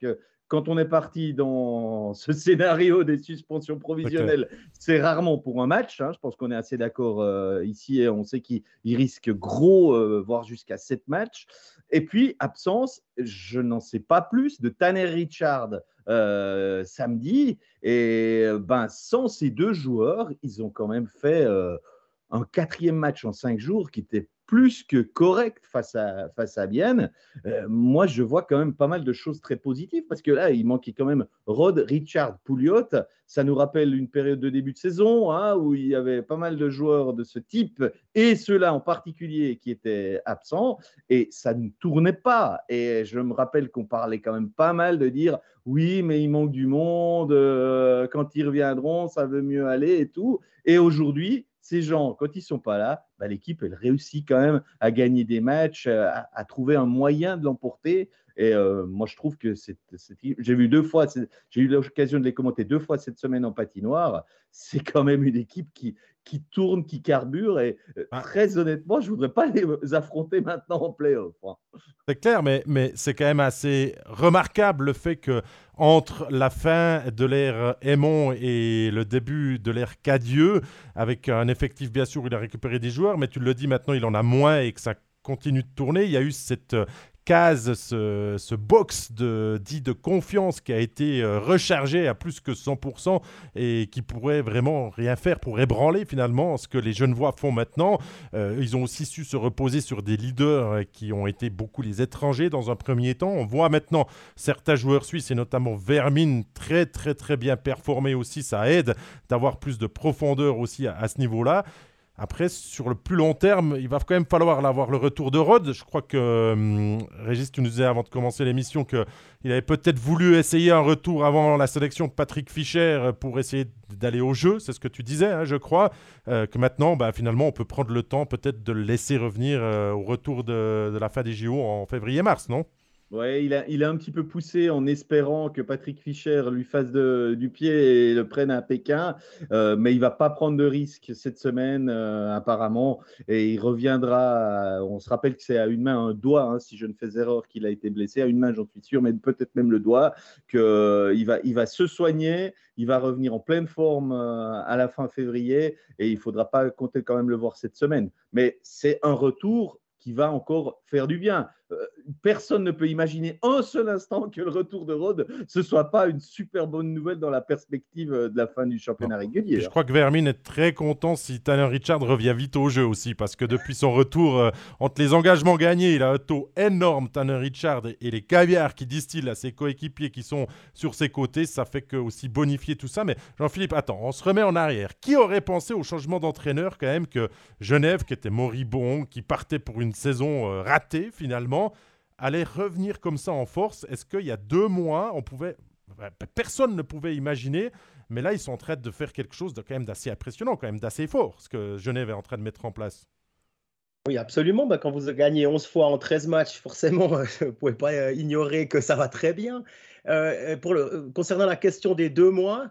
quand on est parti dans ce scénario des suspensions provisionnelles, okay. c'est rarement pour un match. Hein. Je pense qu'on est assez d'accord euh, ici et on sait qu'il risque gros, euh, voire jusqu'à sept matchs. Et puis, absence, je n'en sais pas plus, de Tanner Richard euh, samedi. Et ben, sans ces deux joueurs, ils ont quand même fait euh, un quatrième match en cinq jours qui était plus que correct face à, face à Bienne. Euh, moi, je vois quand même pas mal de choses très positives parce que là, il manquait quand même Rod, Richard, Pouliot. Ça nous rappelle une période de début de saison hein, où il y avait pas mal de joueurs de ce type et ceux-là en particulier qui étaient absents et ça ne tournait pas. Et je me rappelle qu'on parlait quand même pas mal de dire oui, mais il manque du monde, euh, quand ils reviendront, ça veut mieux aller et tout. Et aujourd'hui, ces gens, quand ils ne sont pas là, bah, l'équipe, elle réussit quand même à gagner des matchs, à, à trouver un moyen de l'emporter. Et euh, moi, je trouve que c'est, c'est, j'ai vu deux fois, j'ai eu l'occasion de les commenter deux fois cette semaine en patinoire. C'est quand même une équipe qui, qui tourne, qui carbure. Et ah. très honnêtement, je ne voudrais pas les affronter maintenant en play-off. Hein. C'est clair, mais, mais c'est quand même assez remarquable le fait que entre la fin de l'ère Aymon et le début de l'ère Cadieux, avec un effectif bien sûr où il a récupéré des joueurs, mais tu le dis maintenant, il en a moins et que ça continue de tourner. Il y a eu cette case, ce, ce box de, dit de confiance qui a été euh, rechargé à plus que cent pour cent et qui pourrait vraiment rien faire pour ébranler finalement ce que les Genevois font maintenant. Euh, ils ont aussi su se reposer sur des leaders qui ont été beaucoup les étrangers dans un premier temps. On voit maintenant certains joueurs suisses et notamment Vermin très très très bien performer aussi. Ça aide d'avoir plus de profondeur aussi à, à ce niveau-là. Après, sur le plus long terme, il va quand même falloir avoir le retour de Rod. Je crois que, hum, Régis, tu nous disais avant de commencer l'émission qu'il avait peut-être voulu essayer un retour avant la sélection de Patrick Fischer pour essayer d'aller au jeu. C'est ce que tu disais, hein, je crois. Euh, que maintenant, bah, finalement, on peut prendre le temps peut-être de le laisser revenir euh, au retour de, de la fin des J O en février-mars, non ? Ouais, il a, il a un petit peu poussé en espérant que Patrick Fischer lui fasse de, du pied et le prenne à Pékin, euh, mais il ne va pas prendre de risque cette semaine euh, apparemment et il reviendra, à, on se rappelle que c'est à une main, un doigt, hein, si je ne fais erreur qu'il a été blessé, à une main j'en suis sûr, mais peut-être même le doigt, qu'il euh, va, il va se soigner, il va revenir en pleine forme euh, à la fin février et il ne faudra pas compter quand même le voir cette semaine. Mais c'est un retour qui va encore faire du bien. Euh, personne ne peut imaginer un seul instant que le retour de Rod ce soit pas une super bonne nouvelle dans la perspective de la fin du championnat régulier. Je crois que Vermin est très content si Tanner Richard revient vite au jeu aussi, parce que depuis son retour, euh, entre les engagements gagnés, il a un taux énorme, Tanner Richard, et, et les caviars qui distillent à ses coéquipiers qui sont sur ses côtés, ça fait que aussi bonifier tout ça. Mais Jean-Philippe, attends, on se remet en arrière. Qui aurait pensé au changement d'entraîneur quand même que Genève, qui était moribond, qui partait pour une saison euh, ratée finalement, allait revenir comme ça en force? Est-ce qu'il y a deux mois, on pouvait, personne ne pouvait imaginer, mais là, ils sont en train de faire quelque chose de quand même d'assez impressionnant, quand même d'assez fort, ce que Genève est en train de mettre en place. Oui, absolument. Bah, quand vous gagnez onze fois en treize matchs, forcément, vous ne pouvez pas euh, ignorer que ça va très bien. Euh, pour le, concernant la question des deux mois,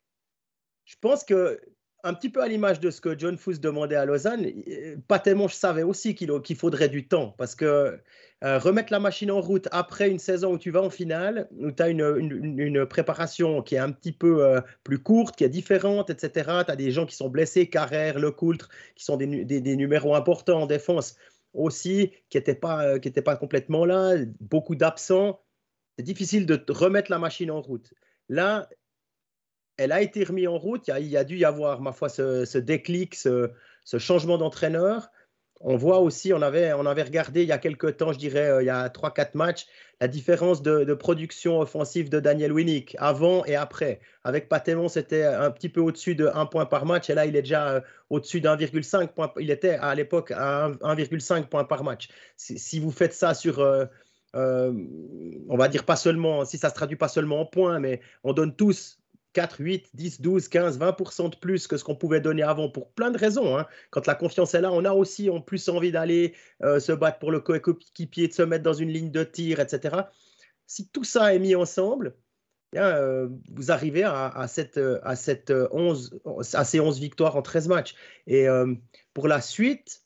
je pense que un petit peu à l'image de ce que John Fuss demandait à Lausanne, Pat Emonge savait aussi qu'il, qu'il faudrait du temps parce que euh, remettre la machine en route après une saison où tu vas en finale, où tu as une, une, une préparation qui est un petit peu euh, plus courte, qui est différente, et cetera. Tu as des gens qui sont blessés, Carrère, Lecoultre, qui sont des, des, des numéros importants en défense aussi, qui n'étaient pas, euh, qui étaient pas complètement là, beaucoup d'absents. C'est difficile de remettre la machine en route. Là, elle a été remise en route. Il y a, il y a dû y avoir, ma foi, ce, ce déclic, ce, ce changement d'entraîneur. On voit aussi, on avait, on avait regardé il y a quelques temps, je dirais, euh, il y a trois quatre matchs, la différence de, de production offensive de Daniel Winnick, avant et après. Avec Patémon, c'était un petit peu au-dessus de un point par match, et là, il est déjà euh, au-dessus d'un virgule cinq point. Il était à l'époque à un virgule cinq point par match. Si, si vous faites ça sur... Euh, euh, on va dire pas seulement, si ça se traduit pas seulement en points, mais on donne tous quatre, huit, dix, douze, quinze, vingt pour cent de plus que ce qu'on pouvait donner avant pour plein de raisons. Hein. Quand la confiance est là, on a aussi en plus envie d'aller euh, se battre pour le coéquipier, de se mettre dans une ligne de tir, et cetera. Si tout ça est mis ensemble, bien, euh, vous arrivez à, à, cette, à, cette onze, à ces onze victoires en treize matchs. Et euh, pour la suite,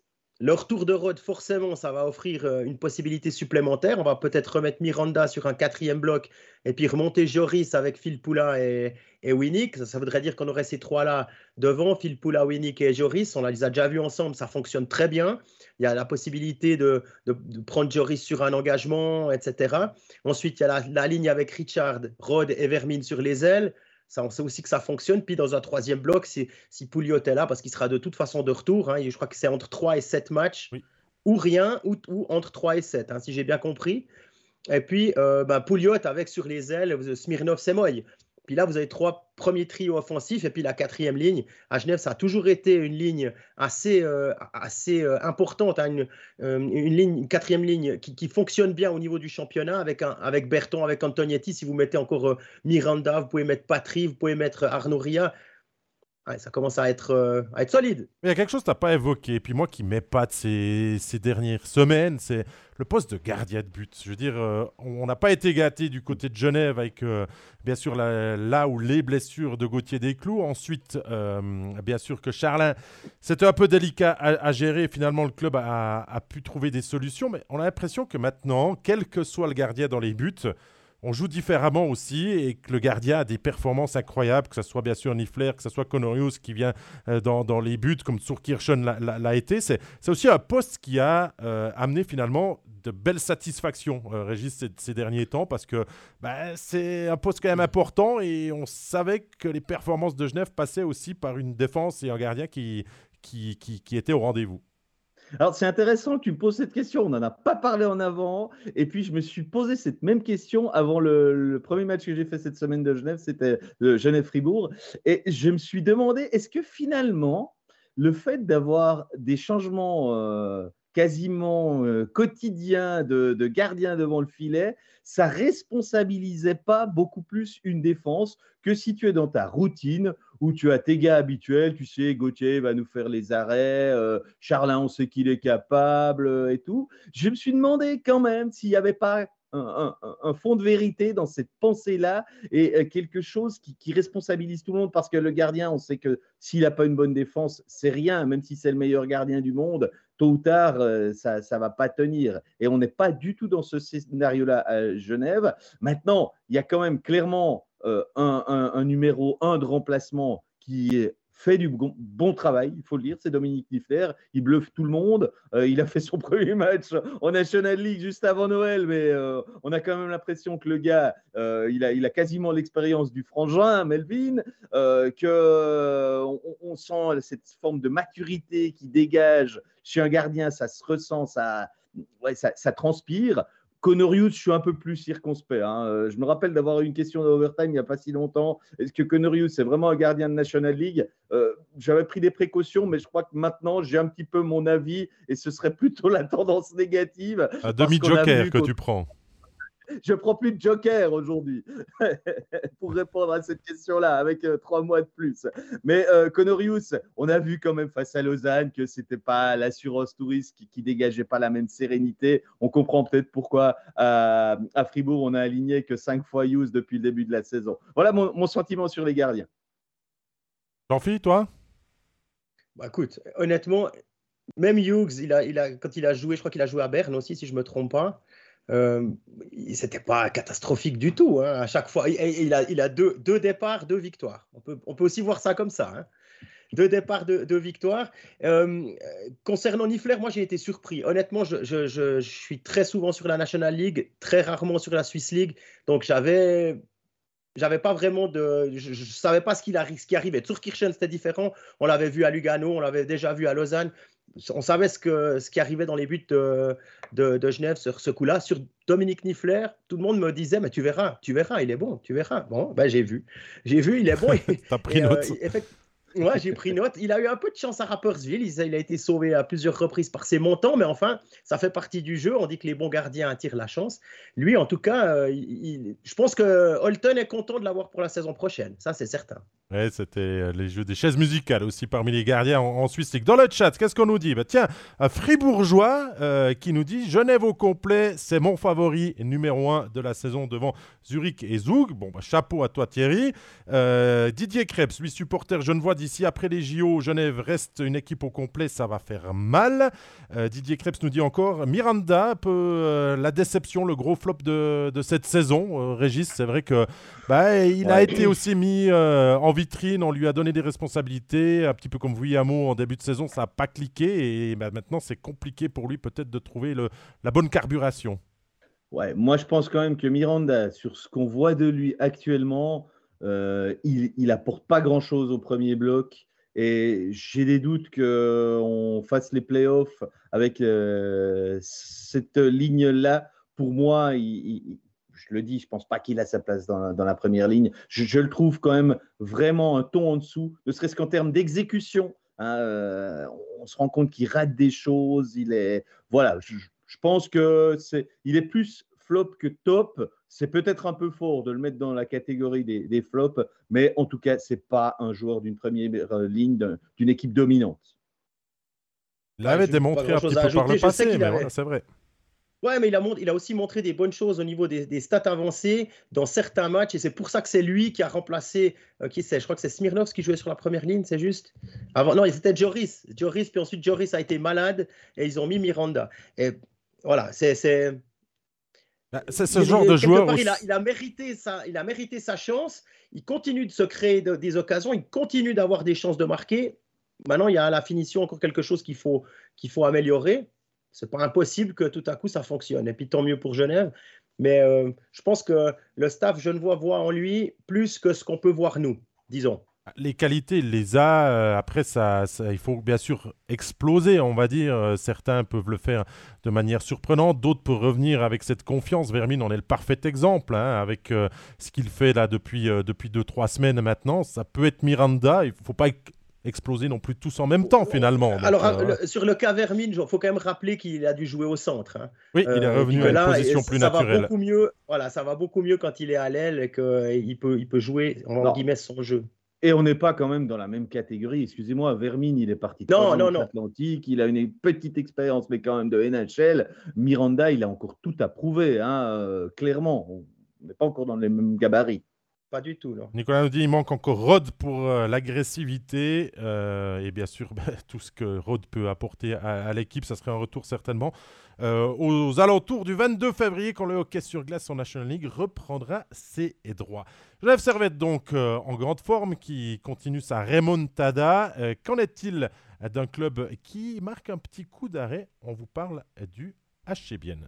Le retour de Rode, forcément, ça va offrir euh, une possibilité supplémentaire. On va peut-être remettre Miranda sur un quatrième bloc et puis remonter Joris avec Phil Poulin et, et Winnick. Ça, ça voudrait dire qu'on aurait ces trois-là devant, Phil Poulin, Winnick et Joris. On les a déjà vus ensemble, ça fonctionne très bien. Il y a la possibilité de, de, de prendre Joris sur un engagement, et cetera. Ensuite, il y a la, la ligne avec Richard, Rode et Vermine sur les ailes. Ça, on sait aussi que ça fonctionne. Puis dans un troisième bloc, si, si Pouliot est là, parce qu'il sera de toute façon de retour, hein, je crois que c'est entre trois et sept matchs, oui. ou rien, ou, ou entre trois et sept, hein, si j'ai bien compris. Et puis, euh, ben, Pouliot avec sur les ailes, Smirnov, Semoy. Puis là, vous avez trois premiers trios offensifs et puis la quatrième ligne. À Genève, ça a toujours été une ligne assez, euh, assez euh, importante, hein, une, euh, une, ligne, une quatrième ligne qui, qui fonctionne bien au niveau du championnat avec, un, avec Berton, avec Antognetti. Si vous mettez encore euh, Miranda, vous pouvez mettre Patry, vous pouvez mettre Arnaud Ria. Ouais, ça commence à être, euh, à être solide. Mais il y a quelque chose que tu n'as pas évoqué, et puis moi qui m'épate ces, ces dernières semaines, c'est le poste de gardien de but. Je veux dire, euh, on n'a pas été gâtés du côté de Genève avec, euh, bien sûr, la, là où les blessures de Gauthier Desclous. Ensuite, euh, bien sûr que Charlin, c'était un peu délicat à, à gérer. Finalement, le club a, a pu trouver des solutions, mais on a l'impression que maintenant, quel que soit le gardien dans les buts, on joue différemment aussi et que le gardien a des performances incroyables, que ce soit bien sûr Niffler, que ce soit Conorius qui vient euh, dans, dans les buts comme Tsurkirchen l'a, l'a, l'a été. C'est, c'est aussi un poste qui a euh, amené finalement de belles satisfactions, euh, Régis, ces, ces derniers temps, parce que bah, c'est un poste quand même important et on savait que les performances de Genève passaient aussi par une défense et un gardien qui, qui, qui, qui était au rendez-vous. Alors, c'est intéressant que tu me poses cette question. On n'en a pas parlé en avant. Et puis, je me suis posé cette même question avant le, le premier match que j'ai fait cette semaine de Genève. C'était le Genève-Fribourg. Et je me suis demandé, est-ce que finalement, le fait d'avoir des changements euh, quasiment euh, quotidiens de, de gardiens devant le filet, ça responsabilisait pas beaucoup plus une défense que si tu es dans ta routine où tu as tes gars habituels, tu sais, Gauthier va nous faire les arrêts, euh, Charlin, on sait qu'il est capable euh, et tout. Je me suis demandé quand même s'il n'y avait pas un, un, un fond de vérité dans cette pensée-là et euh, quelque chose qui, qui responsabilise tout le monde parce que le gardien, on sait que s'il n'a pas une bonne défense, c'est rien, même si c'est le meilleur gardien du monde, tôt ou tard, euh, ça ne va pas tenir. Et on n'est pas du tout dans ce scénario-là à Genève. Maintenant, il y a quand même clairement euh, un, un, un numéro un de remplacement qui fait du bon, bon travail, il faut le dire, c'est Dominique Niffler. Il bluffe tout le monde. Euh, il a fait son premier match en National League juste avant Noël, mais euh, on a quand même l'impression que le gars, euh, il, a, il a quasiment l'expérience du frangin, Melvin, euh, qu'on on sent cette forme de maturité qui dégage chez un gardien, ça se ressent, ça, ouais, ça, ça transpire. Conorius, je suis un peu plus circonspect. Hein. Je me rappelle d'avoir eu une question d'overtime il n'y a pas si longtemps. Est-ce que Conorius est vraiment un gardien de National League ? euh, J'avais pris des précautions, mais je crois que maintenant, j'ai un petit peu mon avis et ce serait plutôt la tendance négative. Un demi-joker que tu prends. Je ne prends plus de joker aujourd'hui pour répondre à cette question-là avec euh, trois mois de plus. Mais euh, Conorius, on a vu quand même face à Lausanne que ce n'était pas l'assurance touriste qui ne dégageait pas la même sérénité. On comprend peut-être pourquoi euh, à Fribourg, on a aligné que cinq fois Hughes depuis le début de la saison. Voilà mon, mon sentiment sur les gardiens. Jean-Philippe, toi ? Bah, écoute, honnêtement, même Hughes, il a, il a, quand il a joué, je crois qu'il a joué à Berne aussi, si je ne me trompe pas. Euh, c'était pas catastrophique du tout hein, à chaque fois. Il, il a, il a deux, deux départs, deux victoires. On peut, on peut aussi voir ça comme ça. Hein. Deux départs, deux, deux victoires. Euh, concernant Niffler, moi j'ai été surpris. Honnêtement, je, je, je, je suis très souvent sur la National League, très rarement sur la Swiss League. Donc j'avais. J'avais pas vraiment de. Je ne savais pas ce, qu'il arri- ce qui arrivait. Tsurkirchen, c'était différent. On l'avait vu à Lugano, on l'avait déjà vu à Lausanne. On savait ce, que, ce qui arrivait dans les buts de, de, de Genève sur ce coup-là. Sur Dominique Niffler, tout le monde me disait mais tu verras, tu verras, il est bon, tu verras. Bon, ben j'ai vu. J'ai vu, il est bon. T'as pris note. Euh, effectivement, ouais, j'ai pris note. Il a eu un peu de chance à Rapperswil. Il, il a été sauvé à plusieurs reprises par ses montants, mais enfin, ça fait partie du jeu. On dit que les bons gardiens attirent la chance. Lui, en tout cas, euh, il, je pense que Holton est content de l'avoir pour la saison prochaine. Ça, c'est certain. Ouais, c'était euh, les jeux des chaises musicales aussi parmi les gardiens en, en Suisse League. Dans le chat, qu'est-ce qu'on nous dit? Bah, tiens, un Fribourgeois euh, qui nous dit Genève au complet, c'est mon favori numéro un de la saison devant Zurich et Zug. Bon, bah, chapeau à toi Thierry. Euh, Didier Krebs, lui supporter genevois d'ici après les J O, Genève reste une équipe au complet, ça va faire mal. Euh, Didier Krebs nous dit encore Miranda, un peu euh, la déception, le gros flop de, de cette saison. Euh, Régis, c'est vrai que bah, il a Ouais. été aussi mis euh, en vitrine, on lui a donné des responsabilités, un petit peu comme Vuillamo en début de saison, ça n'a pas cliqué et bah, maintenant c'est compliqué pour lui peut-être de trouver le, la bonne carburation. Ouais, moi je pense quand même que Miranda, sur ce qu'on voit de lui actuellement, euh, il, il apporte pas grand-chose au premier bloc et j'ai des doutes qu'on fasse les playoffs avec euh, cette ligne-là. Pour moi, il, il- je le dis, je pense pas qu'il a sa place dans, la- dans la première ligne. Je, je le trouve quand même vraiment un ton en dessous, ne serait-ce qu'en termes d'exécution. Hein, euh, on se rend compte qu'il rate des choses. Il est, voilà, je, je pense que c'est, il est plus flop que top. C'est peut-être un peu fort de le mettre dans la catégorie des, des flops, mais en tout cas, c'est pas un joueur d'une première ligne d'un- d'une équipe dominante. Il Ouais, l'avait j'ai pas démontré un grand-chose petit à peu par le ajouter. Je sais passé, qu'il mais voilà, avait. c'est vrai. Ouais, mais il a, mont- il a aussi montré des bonnes choses au niveau des, des stats avancées dans certains matchs, et c'est pour ça que c'est lui qui a remplacé, euh, qui c'est, je crois que c'est Smirnov qui jouait sur la première ligne, c'est juste. Avant, non, c'était Joris. Joris, puis ensuite Joris a été malade et ils ont mis Miranda. Et voilà, c'est, c'est, Bah, c'est ce il- genre de il- quelque joueur part, il a, aussi. il a mérité sa, il a mérité sa chance. Il continue de se créer de- des occasions, il continue d'avoir des chances de marquer. Maintenant, il y a à la finition encore quelque chose qu'il faut, qu'il faut améliorer. C'est pas impossible que tout à coup ça fonctionne. Et puis tant mieux pour Genève. Mais euh, je pense que le staff genevois voit en lui plus que ce qu'on peut voir nous, disons. Les qualités, il les a. euh, après, ça, ça- il faut bien sûr exploser, on va dire. Euh, certains peuvent le faire de manière surprenante, d'autres peuvent revenir avec cette confiance. Vermine en est le parfait exemple, hein, avec euh, ce qu'il fait là depuis, euh, depuis deux, trois semaines maintenant. Ça peut être Miranda. Il ne faut pas ex- exploser non plus tous en même temps, finalement. Donc, Alors, euh, hein, voilà. le- sur le cas Vermine, il faut quand même rappeler qu'il a dû jouer au centre, hein. Oui, il est Euh, et puis revenu que à une là, et position ça plus ça va naturelle. beaucoup mieux. Voilà, ça va beaucoup mieux quand il est à l'aile et qu'il peut, il peut jouer, en Non. guillemets, son jeu. Et on n'est pas quand même dans la même catégorie. Excusez-moi, Vermine, il est parti Non, trois ans non, non. d'Atlantique, il a une petite expérience, mais quand même de N H L. Miranda, il a encore tout à prouver, hein, euh, clairement. On n'est pas encore dans les mêmes gabarits. Pas du tout, non. Nicolas nous dit il manque encore Rod pour euh, l'agressivité euh, et bien sûr bah, tout ce que Rod peut apporter à, à l'équipe, ça serait un retour certainement euh, aux alentours du vingt-deux février quand le hockey sur glace en National League reprendra ses droits. Genève Servette donc euh, en grande forme qui continue sa remontada. Euh, qu'en est-il d'un club qui marque un petit coup d'arrêt? On vous parle du H C Bienne.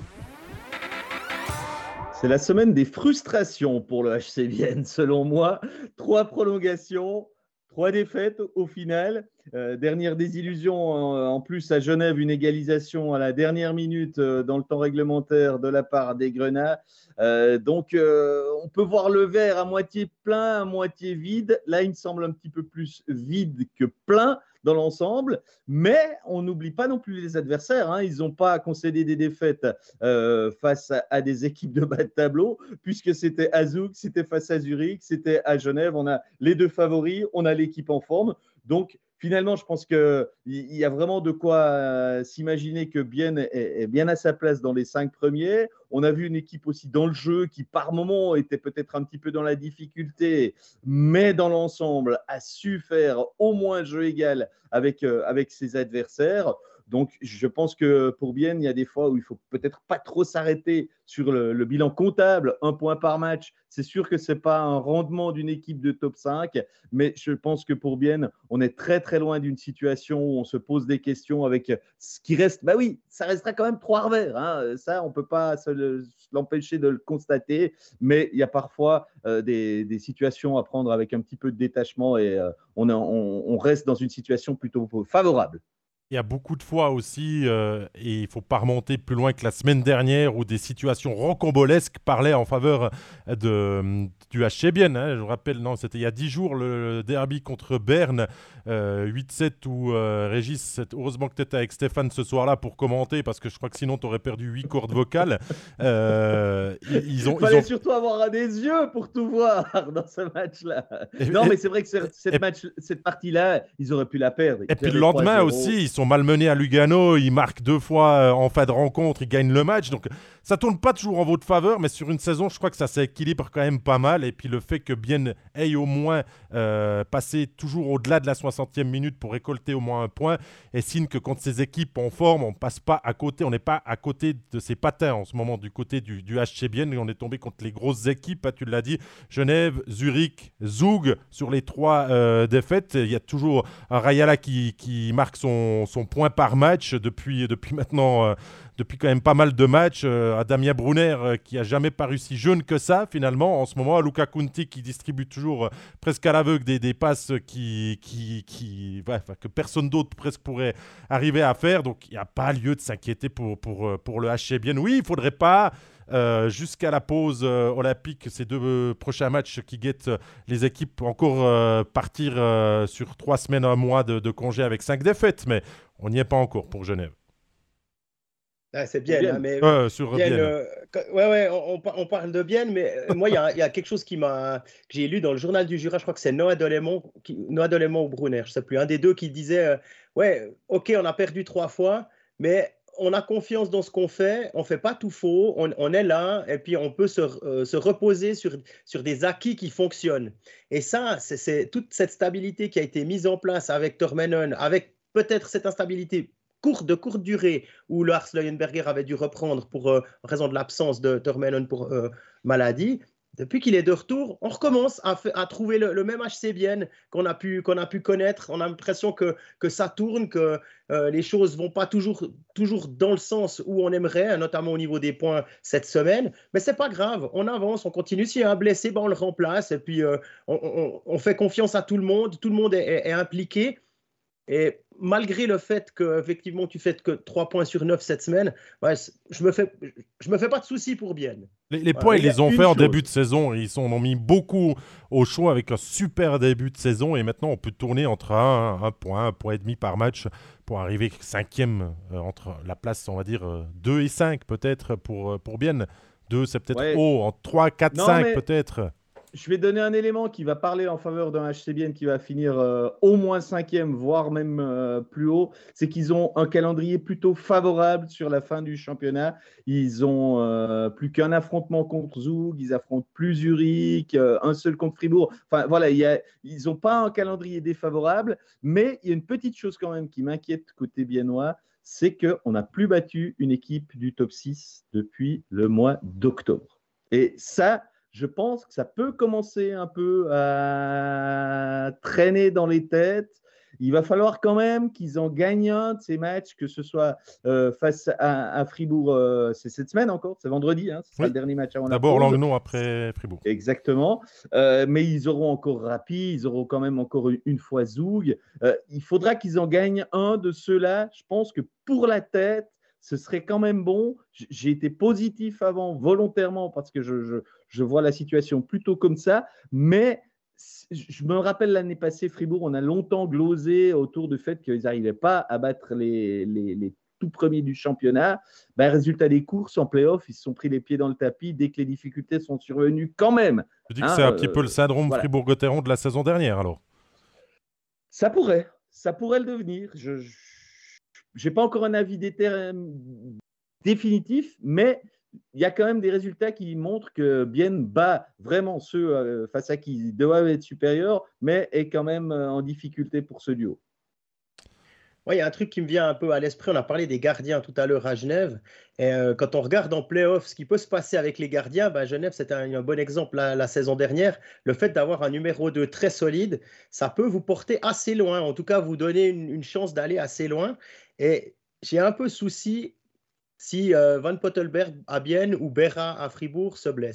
C'est la semaine des frustrations pour le H C Vienne, selon moi. Trois prolongations, trois défaites au final. Euh, dernière désillusion en, en plus à Genève, une égalisation à la dernière minute euh, dans le temps réglementaire de la part des Grenats. Euh, donc euh, on peut voir le verre à moitié plein, à moitié vide. Là, il me semble un petit peu plus vide que plein dans l'ensemble, mais on n'oublie pas non plus les adversaires, hein. Ils n'ont pas concédé des défaites euh, face à, à des équipes de bas de tableau, puisque c'était à Zug, c'était face à Zurich, c'était à Genève. On a les deux favoris, on a l'équipe en forme. Donc, finalement, je pense qu'il y a vraiment de quoi euh, s'imaginer que Bienne est, est bien à sa place dans les cinq premiers. On a vu une équipe aussi dans le jeu qui, par moments, était peut-être un petit peu dans la difficulté, mais dans l'ensemble, a su faire au moins jeu égal avec, euh, avec ses adversaires. Donc, je pense que pour Bienne, il y a des fois où il faut peut-être pas trop s'arrêter sur le, le bilan comptable, un point par match. C'est sûr que ce n'est pas un rendement d'une équipe de top cinq, mais je pense que pour Bienne, on est très très loin d'une situation où on se pose des questions avec ce qui reste. Bah oui, ça restera quand même trois revers, hein. Ça, on ne peut pas se le, l'empêcher de le constater, mais il y a parfois euh, des, des situations à prendre avec un petit peu de détachement et euh, on, a, on, on reste dans une situation plutôt favorable. Il y a beaucoup de fois aussi, euh, et il ne faut pas remonter plus loin que la semaine dernière, où des situations rocambolesques parlaient en faveur de, du H C Bienne. Hein. Je vous rappelle, non, c'était il y a dix jours, le derby contre Berne, euh, huit sept, où euh, Régis, c'est- heureusement que tu étais avec Stéphane ce soir-là pour commenter, parce que je crois que sinon tu aurais perdu huit cordes vocales. Euh, ils, ils ont, Il ils fallait ont... surtout avoir des yeux pour tout voir dans ce match-là. Et, Non, et- mais c'est vrai que ce- cette, et- match, cette partie-là, ils auraient pu la perdre. Ils Et puis le perdaient lendemain trois zéro. aussi, ils sont malmenés à Lugano, ils marquent deux fois euh, en fin de rencontre, ils gagnent le match. Donc ça tourne pas toujours en votre faveur, mais sur une saison, je crois que ça s'équilibre quand même pas mal. Et puis le fait que Bienne ait au moins euh, passé toujours au-delà de la soixantième minute pour récolter au moins un point, est signe que contre ces équipes en forme, on passe pas à côté, on n'est pas à côté de ces patins en ce moment du côté du, du H C Bienne. Et on est tombé contre les grosses équipes, hein, tu l'as dit, Genève, Zurich, Zug, sur les trois euh, défaites. Il y a toujours un Rayala qui, qui marque son, son point par match depuis, depuis maintenant, euh, depuis quand même pas mal de matchs. Euh, à Damien Brunner euh, qui a jamais paru si jeune que ça finalement. En ce moment, à Luca Conti qui distribue toujours euh, presque à l'aveugle des, des passes qui, qui, qui, ouais, enfin, que personne d'autre presque pourrait arriver à faire. Donc il n'y a pas lieu de s'inquiéter pour, pour, euh, pour le H C Bienne. Oui, il ne faudrait pas... Euh, jusqu'à la pause euh, olympique, ces deux euh, prochains matchs qui guettent euh, les équipes encore euh, partir euh, sur trois semaines, un mois de, de congé avec cinq défaites, mais on n'y est pas encore pour Genève. Ah, c'est bien, hein, mais Euh, sur Bienne, Bienne. euh, quand- ouais, ouais, on, on par- on parle de Bienne, mais euh, moi, il y a, il y a quelque chose qui m'a, que j'ai lu dans le journal du Jura, je crois que c'est Noah Delémont, qui, Noah Delémont ou Brunner, je ne sais plus, un des deux qui disait, euh, ouais, ok, on a perdu trois fois, mais on a confiance dans ce qu'on fait, on ne fait pas tout faux, on, on est là, et puis on peut se, euh, se reposer sur, sur des acquis qui fonctionnent. Et ça, c'est c'est toute cette stabilité qui a été mise en place avec Tormenon, avec peut-être cette instabilité courte, de courte durée, où Lars Leuenberger avait dû reprendre pour euh, en raison de l'absence de Tormenon pour euh, maladie. Depuis qu'il est de retour, on recommence à, à trouver le, le même H C Bienne qu'on a pu, qu'on a pu connaître. On a l'impression que, que ça tourne, que euh, les choses ne vont pas toujours, toujours dans le sens où on aimerait, notamment au niveau des points cette semaine. Mais ce n'est pas grave, on avance, on continue. S'il y a un blessé, ben on le remplace et puis euh, on, on, on, fait confiance à tout le monde. Tout le monde est, est, est impliqué. Et malgré le fait que effectivement tu fais que trois points sur neuf cette semaine, ouais, je me fais je me fais pas de soucis pour Bienne. Les, les Voilà. points, Mais ils il y a les ont une fait en chose. début de saison. Ils sont, en ont mis beaucoup au chaud avec un super début de saison. Et maintenant, on peut tourner entre un, un point, un point et demi par match pour arriver cinquième euh, entre la place, on va dire, euh, deux et cinq peut-être pour, euh, pour Bienne. deux, c'est peut-être Ouais. haut. En trois, quatre, Non, cinq mais- peut-être. Je vais donner un élément qui va parler en faveur d'un H C Bienne qui va finir euh, au moins cinquième, voire même euh, plus haut. C'est qu'ils ont un calendrier plutôt favorable sur la fin du championnat. Ils ont euh, plus qu'un affrontement contre Zug, ils affrontent plus Zurich, euh, un seul contre Fribourg. Enfin voilà, il y a, ils n'ont pas un calendrier défavorable, mais il y a une petite chose quand même qui m'inquiète côté biennois, c'est qu'on n'a plus battu une équipe du top six depuis le mois d'octobre. Et ça, je pense que ça peut commencer un peu à traîner dans les têtes. Il va falloir quand même qu'ils en gagnent un de ces matchs, que ce soit euh, face à, à Fribourg, euh, c'est cette semaine encore, c'est vendredi, hein, ce sera Oui. le dernier match avant la D'abord pause. Langnau, après Fribourg. Exactement. Euh, mais ils auront encore Rapid, ils auront quand même encore une, une fois Zug. Euh, il faudra qu'ils en gagnent un de ceux-là. Je pense que pour la tête, ce serait quand même bon. J'ai été positif avant, volontairement, parce que je, je, je vois la situation plutôt comme ça. Mais je me rappelle l'année passée, Fribourg, on a longtemps glosé autour du fait qu'ils n'arrivaient pas à battre les, les, les tout premiers du championnat. Ben, résultat des courses, en play-off, ils se sont pris les pieds dans le tapis dès que les difficultés sont survenues quand même. Je dis que Hein, c'est un euh, petit peu le syndrome voilà. Fribourg-Gotteron de la saison dernière alors. Ça pourrait, ça pourrait le devenir. Je n'ai pas encore un avis déter... définitif, mais il y a quand même des résultats qui montrent que Bienne bat vraiment ceux euh, face à qui ils doivent être supérieurs, mais est quand même euh, en difficulté pour ce duo. Ouais, il y a un truc qui me vient un peu à l'esprit. On a parlé des gardiens tout à l'heure à Genève. Et euh, quand on regarde en play-off ce qui peut se passer avec les gardiens, bah, Genève, c'était un, un bon exemple la, la saison dernière. Le fait d'avoir un numéro deux très solide, ça peut vous porter assez loin. En tout cas, vous donner une, une chance d'aller assez loin. Et j'ai un peu souci si euh, Van Pottelberg à Bienne ou Berra à Fribourg se blesse.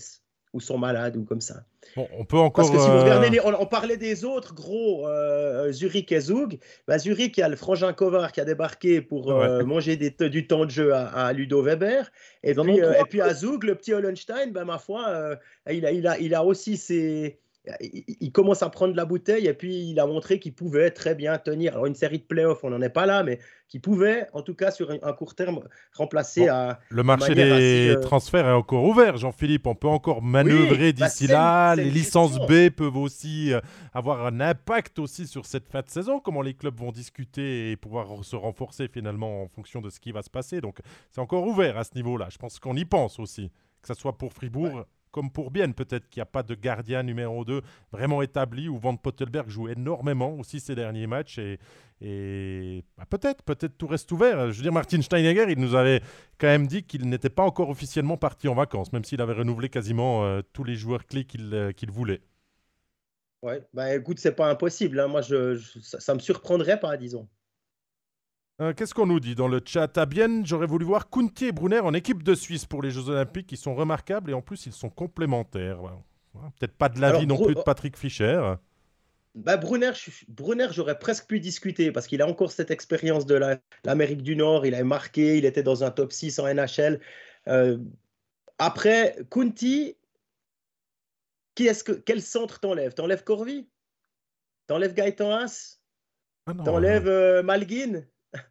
ou sont malades ou comme ça. Bon, on peut encore. Parce que si vous regardez, euh, les, on, on parlait des autres gros, euh, Zurich et Zug. Bah, Zurich, il y a le frangin Kovar qui a débarqué pour C'est vrai. euh, manger des, du temps de jeu à, à Ludo Weber. Et Ils en ont puis, euh, trois. et puis à Zug, le petit Hollenstein, bah, ma foi, euh, il, a, il, a, il a aussi ses. Il, il commence à prendre la bouteille et puis il a montré qu'il pouvait très bien tenir. Alors, une série de playoffs, on n'en est pas là, mais qu'il pouvait, en tout cas, sur un, un court terme, remplacer Bon, à, le de marché manière assez. des euh, transferts est encore ouvert, Jean-Philippe. On peut encore Oui, manœuvrer bah, d'ici c'est une, là. c'est Les une licences question. B peuvent aussi euh, avoir un impact aussi sur cette fin de saison. Comment les clubs vont discuter et pouvoir se renforcer finalement en fonction de ce qui va se passer. Donc, c'est encore ouvert à ce niveau-là. Je pense qu'on y pense aussi, que ce soit pour Fribourg. Ouais. Comme pour Bienne, peut-être qu'il n'y a pas de gardien numéro deux vraiment établi, où Van Pottelberg joue énormément aussi ces derniers matchs. Et, et bah, peut-être, peut-être tout reste ouvert. Je veux dire, Martin Steinegger, il nous avait quand même dit qu'il n'était pas encore officiellement parti en vacances, même s'il avait renouvelé quasiment euh, tous les joueurs clés qu'il euh, qu'il voulait. Ouais, bah écoute, c'est pas impossible, hein. Moi, je, je- ça, ça me surprendrait pas, disons. Euh, Qu'est-ce qu'on nous dit dans le chat? À Bienne, j'aurais voulu voir Kunti et Brunner en équipe de Suisse pour les Jeux Olympiques. Ils sont remarquables et en plus, ils sont complémentaires. Voilà. Voilà. Peut-être pas de l'avis Alors, non Bru- plus de Patrick Fischer. bah, Brunner, je suis- Brunner, j'aurais presque pu discuter parce qu'il a encore cette expérience de la- l'Amérique du Nord. Il a marqué, il était dans un top six en N H L. Euh, Après, Kunti, qui est-ce que, quel centre t'enlèves? T'enlèves Corvi? T'enlèves Gaëtan Haas? Ah non, euh, T'enlèves euh, Malguin?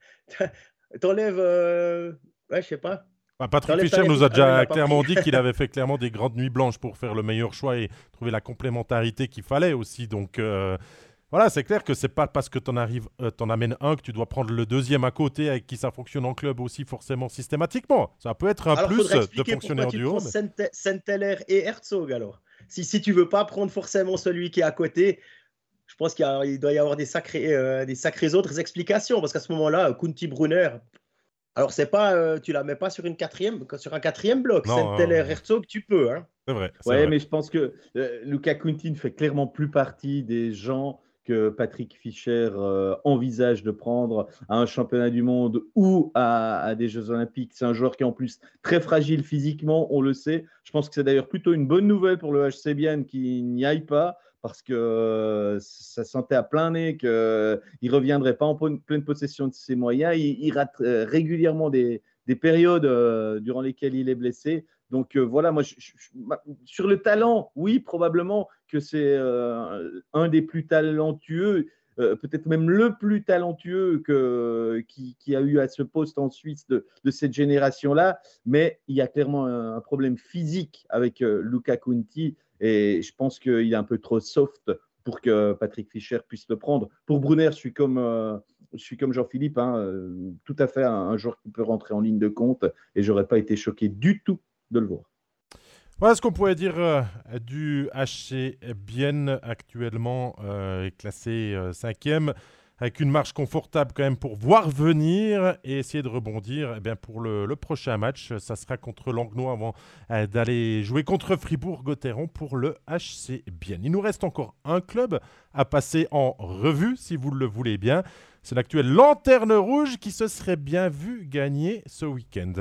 T'enlèves. euh, Ouais, je sais pas. Bah, Patrick T'enlèves Fischer nous a Tanev. Ah non, il déjà l'a pas pris. clairement dit qu'il avait fait clairement des grandes nuits blanches pour faire le meilleur choix et trouver la complémentarité qu'il fallait aussi. Donc euh, voilà, c'est clair que c'est pas parce que tu en arrives, euh, t'en amènes un que tu dois prendre le deuxième à côté avec qui ça fonctionne en club aussi forcément systématiquement. Ça peut être un Alors, plus faudrait de expliquer fonctionner pourquoi en tu duo. prends Mais... Sente- Senteller et Herzog alors. Si, si tu veux pas prendre forcément celui qui est à côté, je pense qu'il y a- il doit y avoir des sacrées, euh, des sacrées autres explications. Parce qu'à ce moment-là, Kunti Brunner, alors c'est pas, euh, tu la mets pas sur une quatrième, sur un quatrième bloc. Non, Senteller, non, non. Herzog, tu peux, hein. C'est vrai, c'est Ouais, vrai. mais je pense que euh, Luca Conti ne fait clairement plus partie des gens que Patrick Fischer euh, envisage de prendre à un championnat du monde ou à, à des Jeux Olympiques. C'est un joueur qui est en plus très fragile physiquement, on le sait. Je pense que c'est d'ailleurs plutôt une bonne nouvelle pour le H C Bienne qui n'y aille pas parce que euh, ça sentait à plein nez qu'il ne reviendrait pas en pleine possession de ses moyens. Il, il rate euh, régulièrement des, des périodes euh, durant lesquelles il est blessé. Donc euh, voilà, moi, je, je, je, sur le talent, oui, probablement que c'est euh, un des plus talentueux, euh, peut-être même le plus talentueux que, qui, qui, a eu à ce poste en Suisse de, de cette génération-là. Mais il y a clairement un, un problème physique avec euh, Luca Conti et je pense qu'il est un peu trop soft pour que Patrick Fischer puisse le prendre. Pour Brunner, je suis comme, euh, je suis comme Jean-Philippe, hein, euh, tout à fait un, un joueur qui peut rentrer en ligne de compte et je n'aurais pas été choqué du tout de le voir. Voilà ce qu'on pourrait dire euh, du H C Bienne actuellement euh, est classé euh, cinquième avec une marche confortable quand même pour voir venir et essayer de rebondir. Eh bien, pour le, le prochain match, ça sera contre Langnau avant euh, d'aller jouer contre Fribourg-Gotteron pour le H C Bienne. Il nous reste encore un club à passer en revue si vous le voulez bien. C'est l'actuel Lanterne Rouge qui se serait bien vu gagner ce week-end.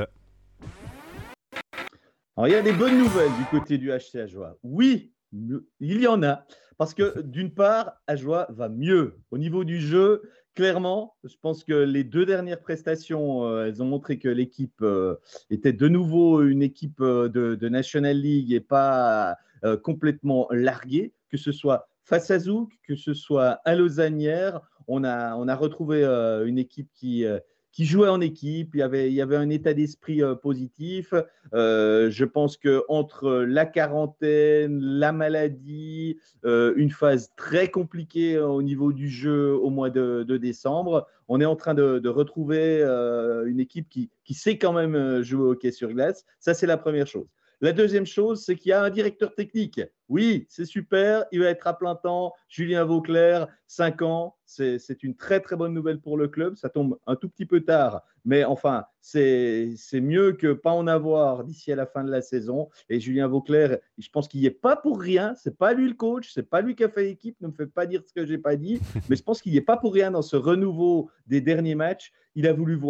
Alors, il y a des bonnes nouvelles du côté du H C Ajoie. Oui, il y en a. Parce que d'une part, Ajoie va mieux. Au niveau du jeu, clairement, je pense que les deux dernières prestations, euh, elles ont montré que l'équipe euh, était de nouveau une équipe euh, de, de National League et pas euh, complètement larguée, que ce soit face à Zouk, que ce soit à Lausannière. On a, on a retrouvé euh, une équipe qui… Euh, qui jouait en équipe, il y avait, il y avait un état d'esprit euh, positif. Euh, je pense qu'entre la quarantaine, la maladie, euh, une phase très compliquée euh, au niveau du jeu au mois de, de décembre, on est en train de, de retrouver euh, une équipe qui, qui sait quand même jouer au hockey sur glace. Ça, c'est la première chose. La deuxième chose, c'est qu'il y a un directeur technique. Oui, c'est super, il va être à plein temps. Julien Vauclair, cinq ans, c'est, c'est une très très bonne nouvelle pour le club. Ça tombe un tout petit peu tard, mais enfin, c'est, c'est mieux que pas en avoir d'ici à la fin de la saison. Et Julien Vauclair, je pense qu'il n'y est pas pour rien. C'est pas lui le coach, c'est pas lui qui a fait l'équipe. Ne me faites pas dire ce que j'ai pas dit, mais je pense qu'il n'y est pas pour rien dans ce renouveau des derniers matchs. Il a voulu voir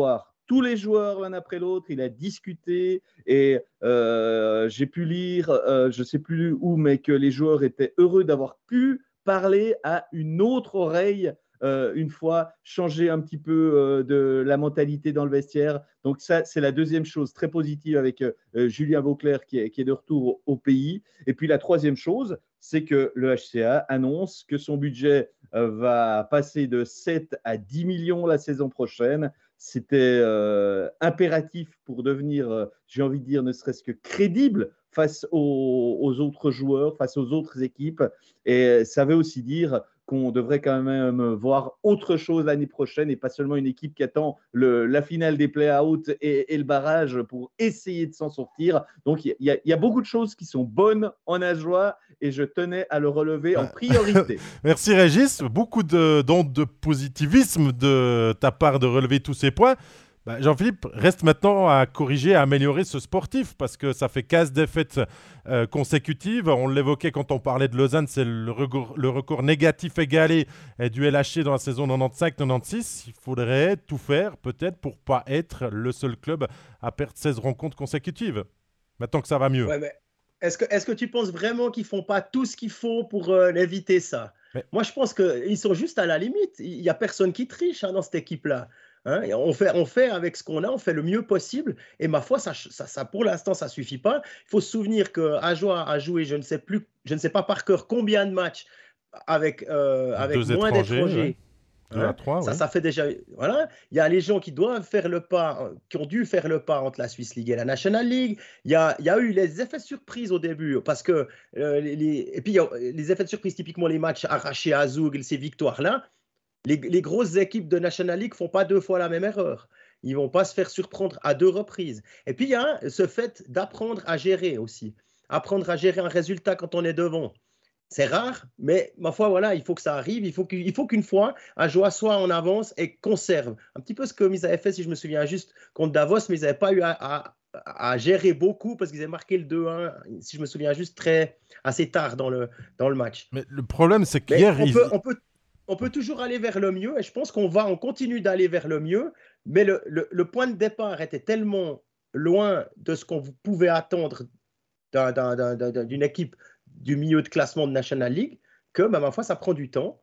tous les joueurs l'un après l'autre, il a discuté et euh, j'ai pu lire, euh, je ne sais plus où, mais que les joueurs étaient heureux d'avoir pu parler à une autre oreille euh, une fois, changer un petit peu euh, de la mentalité dans le vestiaire. Donc ça, c'est la deuxième chose très positive avec euh, Julien Vauclair qui est, qui est de retour au, au pays. Et puis la troisième chose, c'est que le H C A annonce que son budget euh, va passer de sept à dix millions la saison prochaine. C'était euh, impératif pour devenir, euh, j'ai envie de dire, ne serait-ce que crédible face aux, aux autres joueurs, face aux autres équipes. Et ça veut aussi dire qu'on devrait quand même voir autre chose l'année prochaine et pas seulement une équipe qui attend le, la finale des play-out et, et le barrage pour essayer de s'en sortir. Donc, il y, y a beaucoup de choses qui sont bonnes en Ajoie et je tenais à le relever en priorité. Merci Régis, beaucoup de, d'ondes de positivisme de ta part de relever tous ces points. Bah, Jean-Philippe, reste maintenant à corriger, à améliorer ce sportif parce que ça fait quinze défaites euh, consécutives. On l'évoquait quand on parlait de Lausanne, c'est le record, le record négatif égalé et du L H C dans la saison quatre-vingt-quinze quatre-vingt-seize. Il faudrait tout faire peut-être pour ne pas être le seul club à perdre seize rencontres consécutives. Maintenant que ça va mieux. Ouais, mais est-ce que, est-ce que tu penses vraiment qu'ils ne font pas tout ce qu'il faut pour euh, éviter ça? mais... Moi, je pense qu'ils sont juste à la limite. Il n'y a personne qui triche hein, dans cette équipe-là. Hein, on, fait, on fait avec ce qu'on a, on fait le mieux possible. Et ma foi, ça, ça, ça, pour l'instant, ça ne suffit pas. Il faut se souvenir qu'Ajoie a joué, je ne sais plus, je ne sais pas par cœur combien de matchs avec, euh, avec moins d'étrangers. Ouais. Deux à trois, ça, oui. ça fait déjà. Voilà. Il y a les gens qui doivent faire le pas, qui ont dû faire le pas entre la Swiss League et la National League. Il y a, il y a eu les effets de surprise au début, parce que euh, les, et puis il y a les effets de surprise, typiquement les matchs arrachés à Zug, ces victoires-là. Les, les grosses équipes de National League ne font pas deux fois la même erreur. Ils ne vont pas se faire surprendre à deux reprises. Et puis, il y a ce fait d'apprendre à gérer aussi. Apprendre à gérer un résultat quand on est devant. C'est rare, mais ma foi, voilà, il faut que ça arrive. Il faut, qu'il, il faut qu'une fois, Ajoie soit en avance et conserve. Un petit peu ce qu'ils avaient fait, si je me souviens juste, contre Davos, mais ils n'avaient pas eu à, à, à gérer beaucoup parce qu'ils avaient marqué le deux un, si je me souviens juste, très, assez tard dans le, dans le match. Mais le problème, c'est qu'hier... On ils... peut, on peut On peut toujours aller vers le mieux et je pense qu'on va, on continue d'aller vers le mieux, mais le, le, le point de départ était tellement loin de ce qu'on pouvait attendre d'un, d'un, d'un, d'une équipe du milieu de classement de National League que, bah, ma foi, ça prend du temps.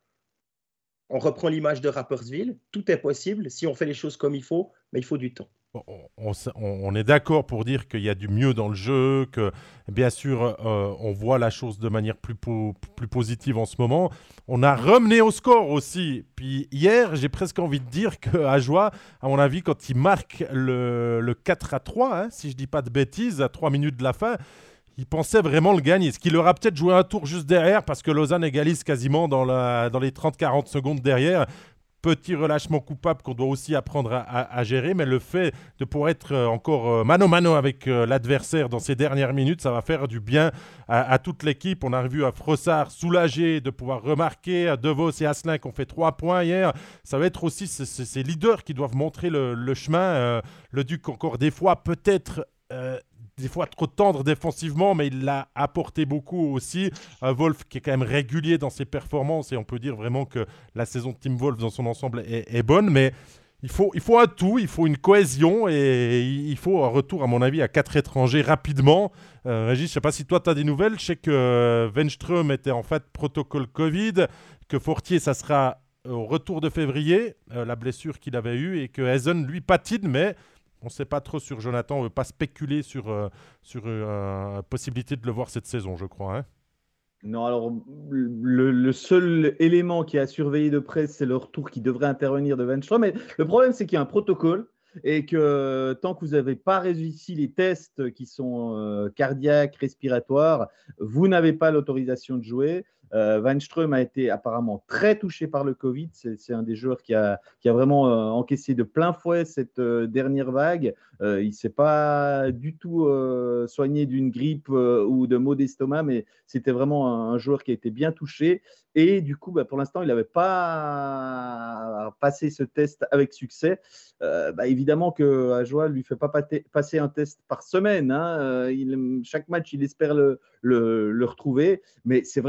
On reprend l'image de Rapperswil, tout est possible si on fait les choses comme il faut, mais il faut du temps. On, on, on est d'accord pour dire qu'il y a du mieux dans le jeu, que bien sûr euh, on voit la chose de manière plus, po- plus positive en ce moment. On a ramené au score aussi. Puis hier, j'ai presque envie de dire qu'Ajoie, à mon avis, quand il marque le, le quatre à trois, hein, si je ne dis pas de bêtises, à trois minutes de la fin, il pensait vraiment le gagner. Ce qu'il aura peut-être joué un tour juste derrière parce que Lausanne égalise quasiment dans, la, dans les trente à quarante secondes derrière. Petit relâchement coupable qu'on doit aussi apprendre à, à, à gérer, mais le fait de pouvoir être encore mano-mano avec euh, l'adversaire dans ces dernières minutes, ça va faire du bien à, à toute l'équipe. On a vu à Frossard soulagé de pouvoir remarquer, à De Vos et Asselin qui ont fait trois points hier. Ça va être aussi ces, ces, ces leaders qui doivent montrer le, le chemin. Euh, le Duc encore des fois peut-être... Euh, des fois trop tendre défensivement, mais il l'a apporté beaucoup aussi. Euh, Wolf qui est quand même régulier dans ses performances et on peut dire vraiment que la saison de Tim Wolf dans son ensemble est, est bonne, mais il faut, il faut un tout, il faut une cohésion et il faut un retour à mon avis à quatre étrangers rapidement. Euh, Régis, je ne sais pas si toi tu as des nouvelles, je sais que euh, Wenström était en fait protocole Covid, que Fortier ça sera au retour de février, euh, la blessure qu'il avait eue et que Hazen lui patine, mais on ne sait pas trop sur Jonathan, on ne veut pas spéculer sur, euh, sur euh, la possibilité de le voir cette saison, je crois. Hein. Non, alors le, le seul élément qui a surveillé de près, c'est le retour qui devrait intervenir de Wenström. Mais le problème, c'est qu'il y a un protocole et que tant que vous n'avez pas réussi les tests qui sont euh, cardiaques, respiratoires, vous n'avez pas l'autorisation de jouer. Euh, Wenström a été apparemment très touché par le Covid. C'est, c'est un des joueurs qui a, qui a vraiment euh, encaissé de plein fouet cette euh, dernière vague. Euh, il ne s'est pas du tout euh, soigné d'une grippe euh, ou de maux d'estomac, mais c'était vraiment un, un joueur qui a été bien touché. Et du coup, bah, pour l'instant, il n'avait pas passé ce test avec succès. Euh, bah, évidemment qu'Ajoie ne lui fait pas passer un test par semaine. Hein. Il, chaque match, il espère le, le, le retrouver. Mais c'est vrai que c'est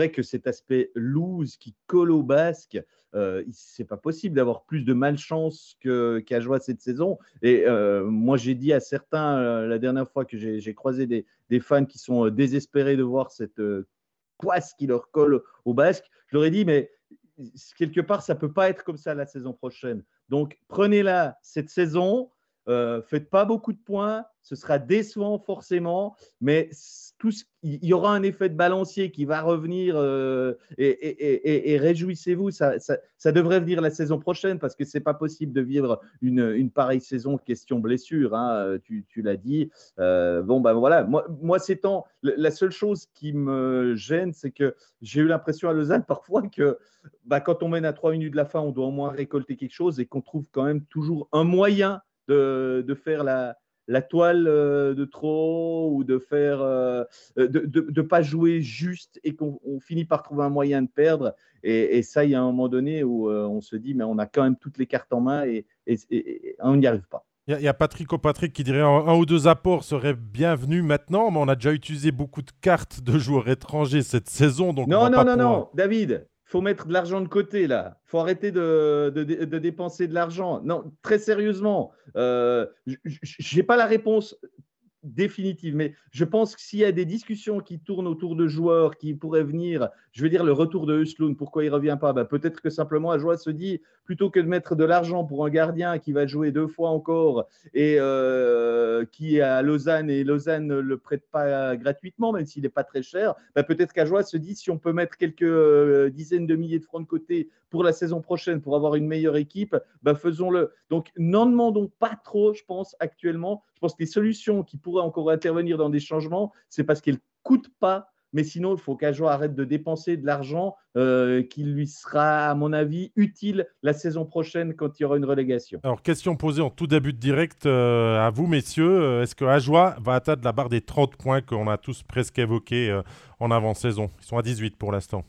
cet aspect loose qui colle au basque. Euh, c'est pas possible d'avoir plus de malchance que, qu'Ajoie cette saison. Et euh, moi, j'ai dit à certains euh, la dernière fois que j'ai, j'ai croisé des, des fans qui sont désespérés de voir cette euh, poisse qui leur colle au basque. Je leur ai dit, mais quelque part, ça peut pas être comme ça la saison prochaine. Donc, prenez-la cette saison. Euh, faites pas beaucoup de points, ce sera décevant forcément, mais tout ce, il y aura un effet de balancier qui va revenir euh, et, et, et, et réjouissez-vous, ça, ça, ça devrait venir la saison prochaine parce que c'est pas possible de vivre une, une pareille saison question blessure, hein, tu, tu l'as dit. Euh, bon ben voilà, moi, moi c'est temps. La seule chose qui me gêne, c'est que j'ai eu l'impression à Lausanne parfois que bah, quand on mène à trois minutes de la fin, on doit au moins récolter quelque chose et qu'on trouve quand même toujours un moyen De, de faire la, la toile de trop ou de faire euh, de ne pas jouer juste et qu'on on finit par trouver un moyen de perdre. Et, et ça, il y a un moment donné où euh, on se dit, mais on a quand même toutes les cartes en main et, et, et, et on n'y arrive pas. Il y, y a Patrick O'Patrick qui dirait un, un ou deux apports seraient bienvenus maintenant, mais on a déjà utilisé beaucoup de cartes de joueurs étrangers cette saison. Donc non, on va non, pas non, pouvoir... non, David. Il faut mettre de l'argent de côté, là. Il faut arrêter de, de, de dépenser de l'argent. Non, très sérieusement, euh, je n'ai pas la réponse définitive, mais je pense que s'il y a des discussions qui tournent autour de joueurs qui pourraient venir, je veux dire le retour de Östlund, pourquoi il ne revient pas? Ben, peut-être que simplement Ajoie se dit, plutôt que de mettre de l'argent pour un gardien qui va jouer deux fois encore et euh, qui est à Lausanne et Lausanne ne le prête pas gratuitement, même s'il n'est pas très cher, ben, peut-être qu'Ajoie se dit, si on peut mettre quelques euh, dizaines de milliers de francs de côté pour la saison prochaine, pour avoir une meilleure équipe, ben faisons-le. Donc, n'en demandons pas trop, je pense, actuellement. Je pense que les solutions qui pourraient encore intervenir dans des changements, c'est parce qu'elles ne coûtent pas. Mais sinon, il faut qu'Ajoie arrête de dépenser de l'argent euh, qui lui sera, à mon avis, utile la saison prochaine quand il y aura une relégation. Alors, question posée en tout début de direct euh, à vous, messieurs. Est-ce que Ajoie va atteindre la barre des trente points qu'on a tous presque évoqués euh, en avant-saison? Ils sont à dix-huit pour l'instant.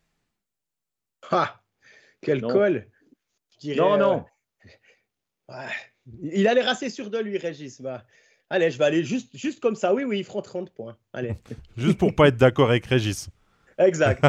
Ah, quel non. col je dirais, Non, non. Euh... Ouais. Il a l'air assez sûr de lui, Régis. Bah. Allez, je vais aller juste, juste comme ça. Oui, oui, ils feront trente points. Allez. Juste pour pas être d'accord avec Régis. Exact.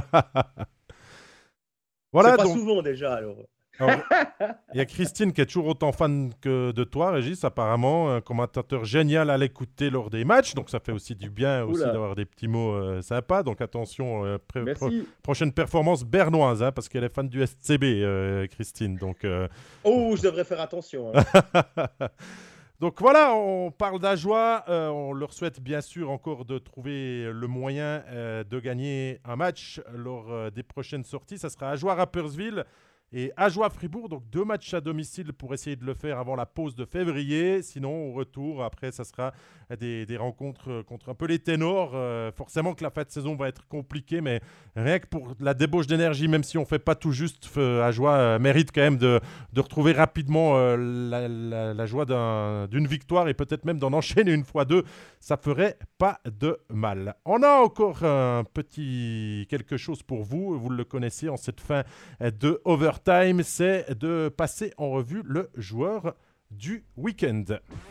Voilà, c'est pas donc... souvent déjà, alors. Il y a Christine qui est toujours autant fan que de toi, Régis, apparemment, un commentateur génial à l'écouter lors des matchs, donc ça fait aussi du bien aussi Oula. d'avoir des petits mots euh, sympas, donc attention, euh, pré- Merci. pro- prochaine performance bernoise, hein, parce qu'elle est fan du S C B, euh, Christine, donc... Euh... Oh, je devrais faire attention. Hein. Donc voilà, on parle d'Ajoie, euh, on leur souhaite bien sûr encore de trouver le moyen euh, de gagner un match lors euh, des prochaines sorties, ça sera Ajoie-Rapperswil et Ajoie-Fribourg, donc deux matchs à domicile pour essayer de le faire avant la pause de février. Sinon, au retour, après, ça sera des, des rencontres contre un peu les ténors. Euh, forcément que la fin de saison va être compliquée, mais rien que pour la débauche d'énergie, même si on ne fait pas tout juste, euh, Ajoie euh, mérite quand même de, de retrouver rapidement euh, la, la, la joie d'un, d'une victoire et peut-être même d'en enchaîner une fois deux. Ça ferait pas de mal. On a encore un petit quelque chose pour vous. Vous le connaissez en cette fin de overtime. Time, c'est de passer en revue le joueur du week-end.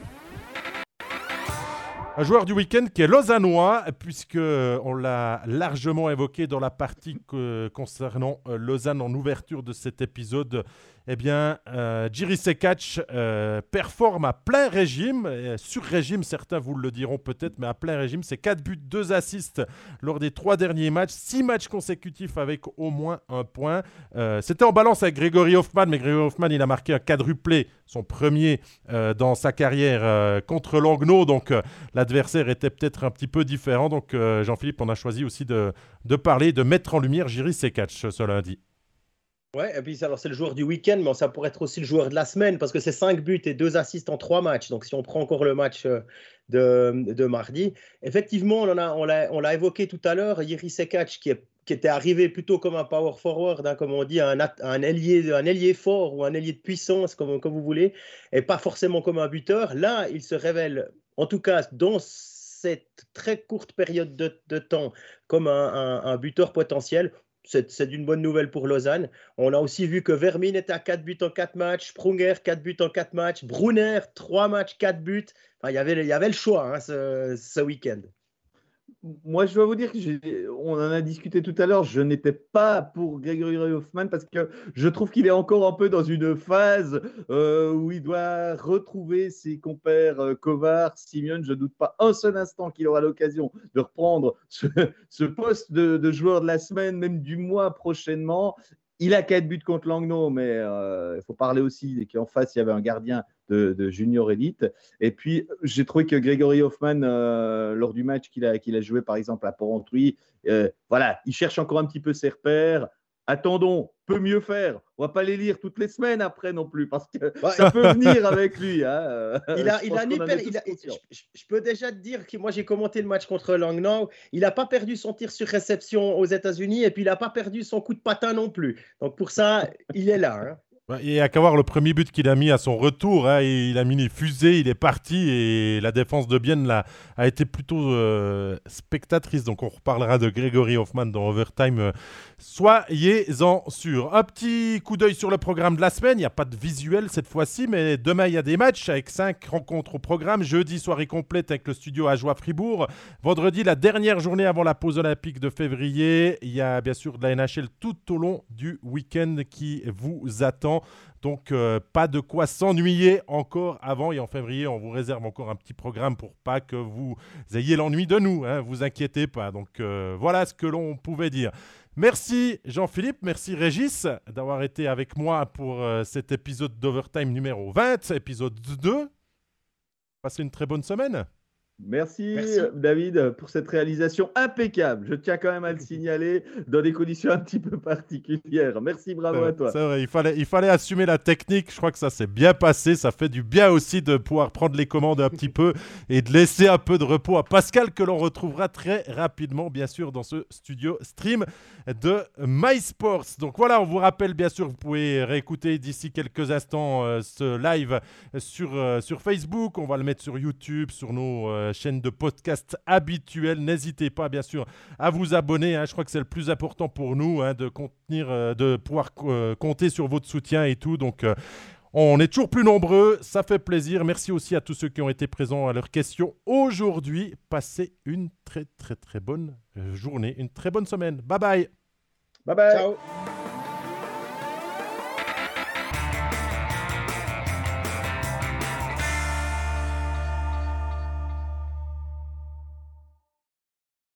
Un joueur du week-end qui est lausannois, puisqu'on l'a largement évoqué dans la partie que, concernant euh, Lausanne en ouverture de cet épisode. Eh bien, euh, Jiří Sekac euh, performe à plein régime, euh, sur régime, certains vous le diront peut-être, mais à plein régime. C'est quatre buts, deux assists lors des trois derniers matchs, six matchs consécutifs avec au moins un point. Euh, c'était en balance avec Grégory Hoffmann, mais Grégory Hoffmann, il a marqué un quadruplé, son premier euh, dans sa carrière euh, contre Langnau, donc euh, l'adversaire était peut-être un petit peu différent. Donc euh, Jean-Philippe, on a choisi aussi de, de parler, de mettre en lumière Jiří Sekac ce lundi. Ouais, et puis alors c'est le joueur du week-end, mais ça pourrait être aussi le joueur de la semaine parce que c'est cinq buts et deux assists en trois matchs. Donc si on prend encore le match de, de mardi, effectivement, on, en a, on, l'a, on l'a évoqué tout à l'heure, Jiří Sekac qui, est, qui était arrivé plutôt comme un power forward, hein, comme on dit, un, un, ailier, un ailier fort ou un ailier de puissance, comme, comme vous voulez, et pas forcément comme un buteur. Là, il se révèle, en tout cas dans cette très courte période de, de temps, comme un, un, un buteur potentiel. C'est, c'est une bonne nouvelle pour Lausanne. On a aussi vu que Vermin était à quatre buts en quatre matchs, Sprunger quatre buts en quatre matchs, Brunner trois matchs, quatre buts. Enfin, il y avait, il y avait le choix hein, ce, ce week-end. moi, je dois vous dire que j'ai, on en a discuté tout à l'heure. Je n'étais pas pour Gregory Hoffman parce que je trouve qu'il est encore un peu dans une phase euh, où il doit retrouver ses compères euh, Kovar, Simeone. Je ne doute pas un seul instant qu'il aura l'occasion de reprendre ce, ce poste de, de joueur de la semaine, même du mois prochainement. Il a quatre buts contre Langnau, mais euh, il faut parler aussi qu'en face, il y avait un gardien de, de junior élite. Et puis, j'ai trouvé que Gregory Hoffman, euh, lors du match qu'il a, qu'il a joué, par exemple, à Porrentruy, euh, voilà, il cherche encore un petit peu ses repères. Attendons, peut mieux faire. On ne va pas les lire toutes les semaines après non plus, parce que ouais. ça peut venir avec lui. Hein. Il a, il a, per... il a je, je peux déjà te dire que moi, j'ai commenté le match contre Langnau. Il n'a pas perdu son tir sur réception aux États-Unis et puis il n'a pas perdu son coup de patin non plus. Donc, pour ça, il est là. Hein. Il n'y a qu'à voir le premier but qu'il a mis à son retour. Hein, il a mis les fusées, il est parti et la défense de Bienne là, a été plutôt euh, spectatrice. Donc on reparlera de Gregory Hoffman dans Overtime. Euh, soyez-en sûrs. Un petit coup d'œil sur le programme de la semaine. Il n'y a pas de visuel cette fois-ci, mais demain il y a des matchs avec cinq rencontres au programme. Jeudi, soirée complète avec le studio Ajoie Fribourg. Vendredi, la dernière journée avant la pause olympique de février. Il y a bien sûr de la N H L tout au long du week-end qui vous attend. Donc, euh, pas de quoi s'ennuyer encore avant. Et en février, on vous réserve encore un petit programme pour pas que vous ayez l'ennui de nous. Hein, vous inquiétez pas. Donc, euh, voilà ce que l'on pouvait dire. Merci Jean-Philippe, merci Régis d'avoir été avec moi pour euh, cet épisode d'Overtime numéro vingt, épisode deux. Passez une très bonne semaine. Merci, Merci David pour cette réalisation impeccable. Je tiens quand même à le signaler dans des conditions un petit peu particulières. Merci, bravo euh, à toi. C'est vrai, il fallait, il fallait assumer la technique. Je crois que ça s'est bien passé. Ça fait du bien aussi de pouvoir prendre les commandes un petit peu et de laisser un peu de repos à Pascal que l'on retrouvera très rapidement, bien sûr, dans ce studio stream de MySports. Donc voilà, on vous rappelle, bien sûr, vous pouvez réécouter d'ici quelques instants euh, ce live sur, euh, sur Facebook. On va le mettre sur YouTube, sur nos euh, chaîne de podcast habituelle. N'hésitez pas, bien sûr, à vous abonner. Hein. Je crois que c'est le plus important pour nous, hein, de, contenir, euh, de pouvoir euh, compter sur votre soutien et tout. Donc, euh, on est toujours plus nombreux. Ça fait plaisir. Merci aussi à tous ceux qui ont été présents à leurs questions aujourd'hui. Passez une très, très, très bonne journée, une très bonne semaine. Bye bye. Bye bye. Ciao.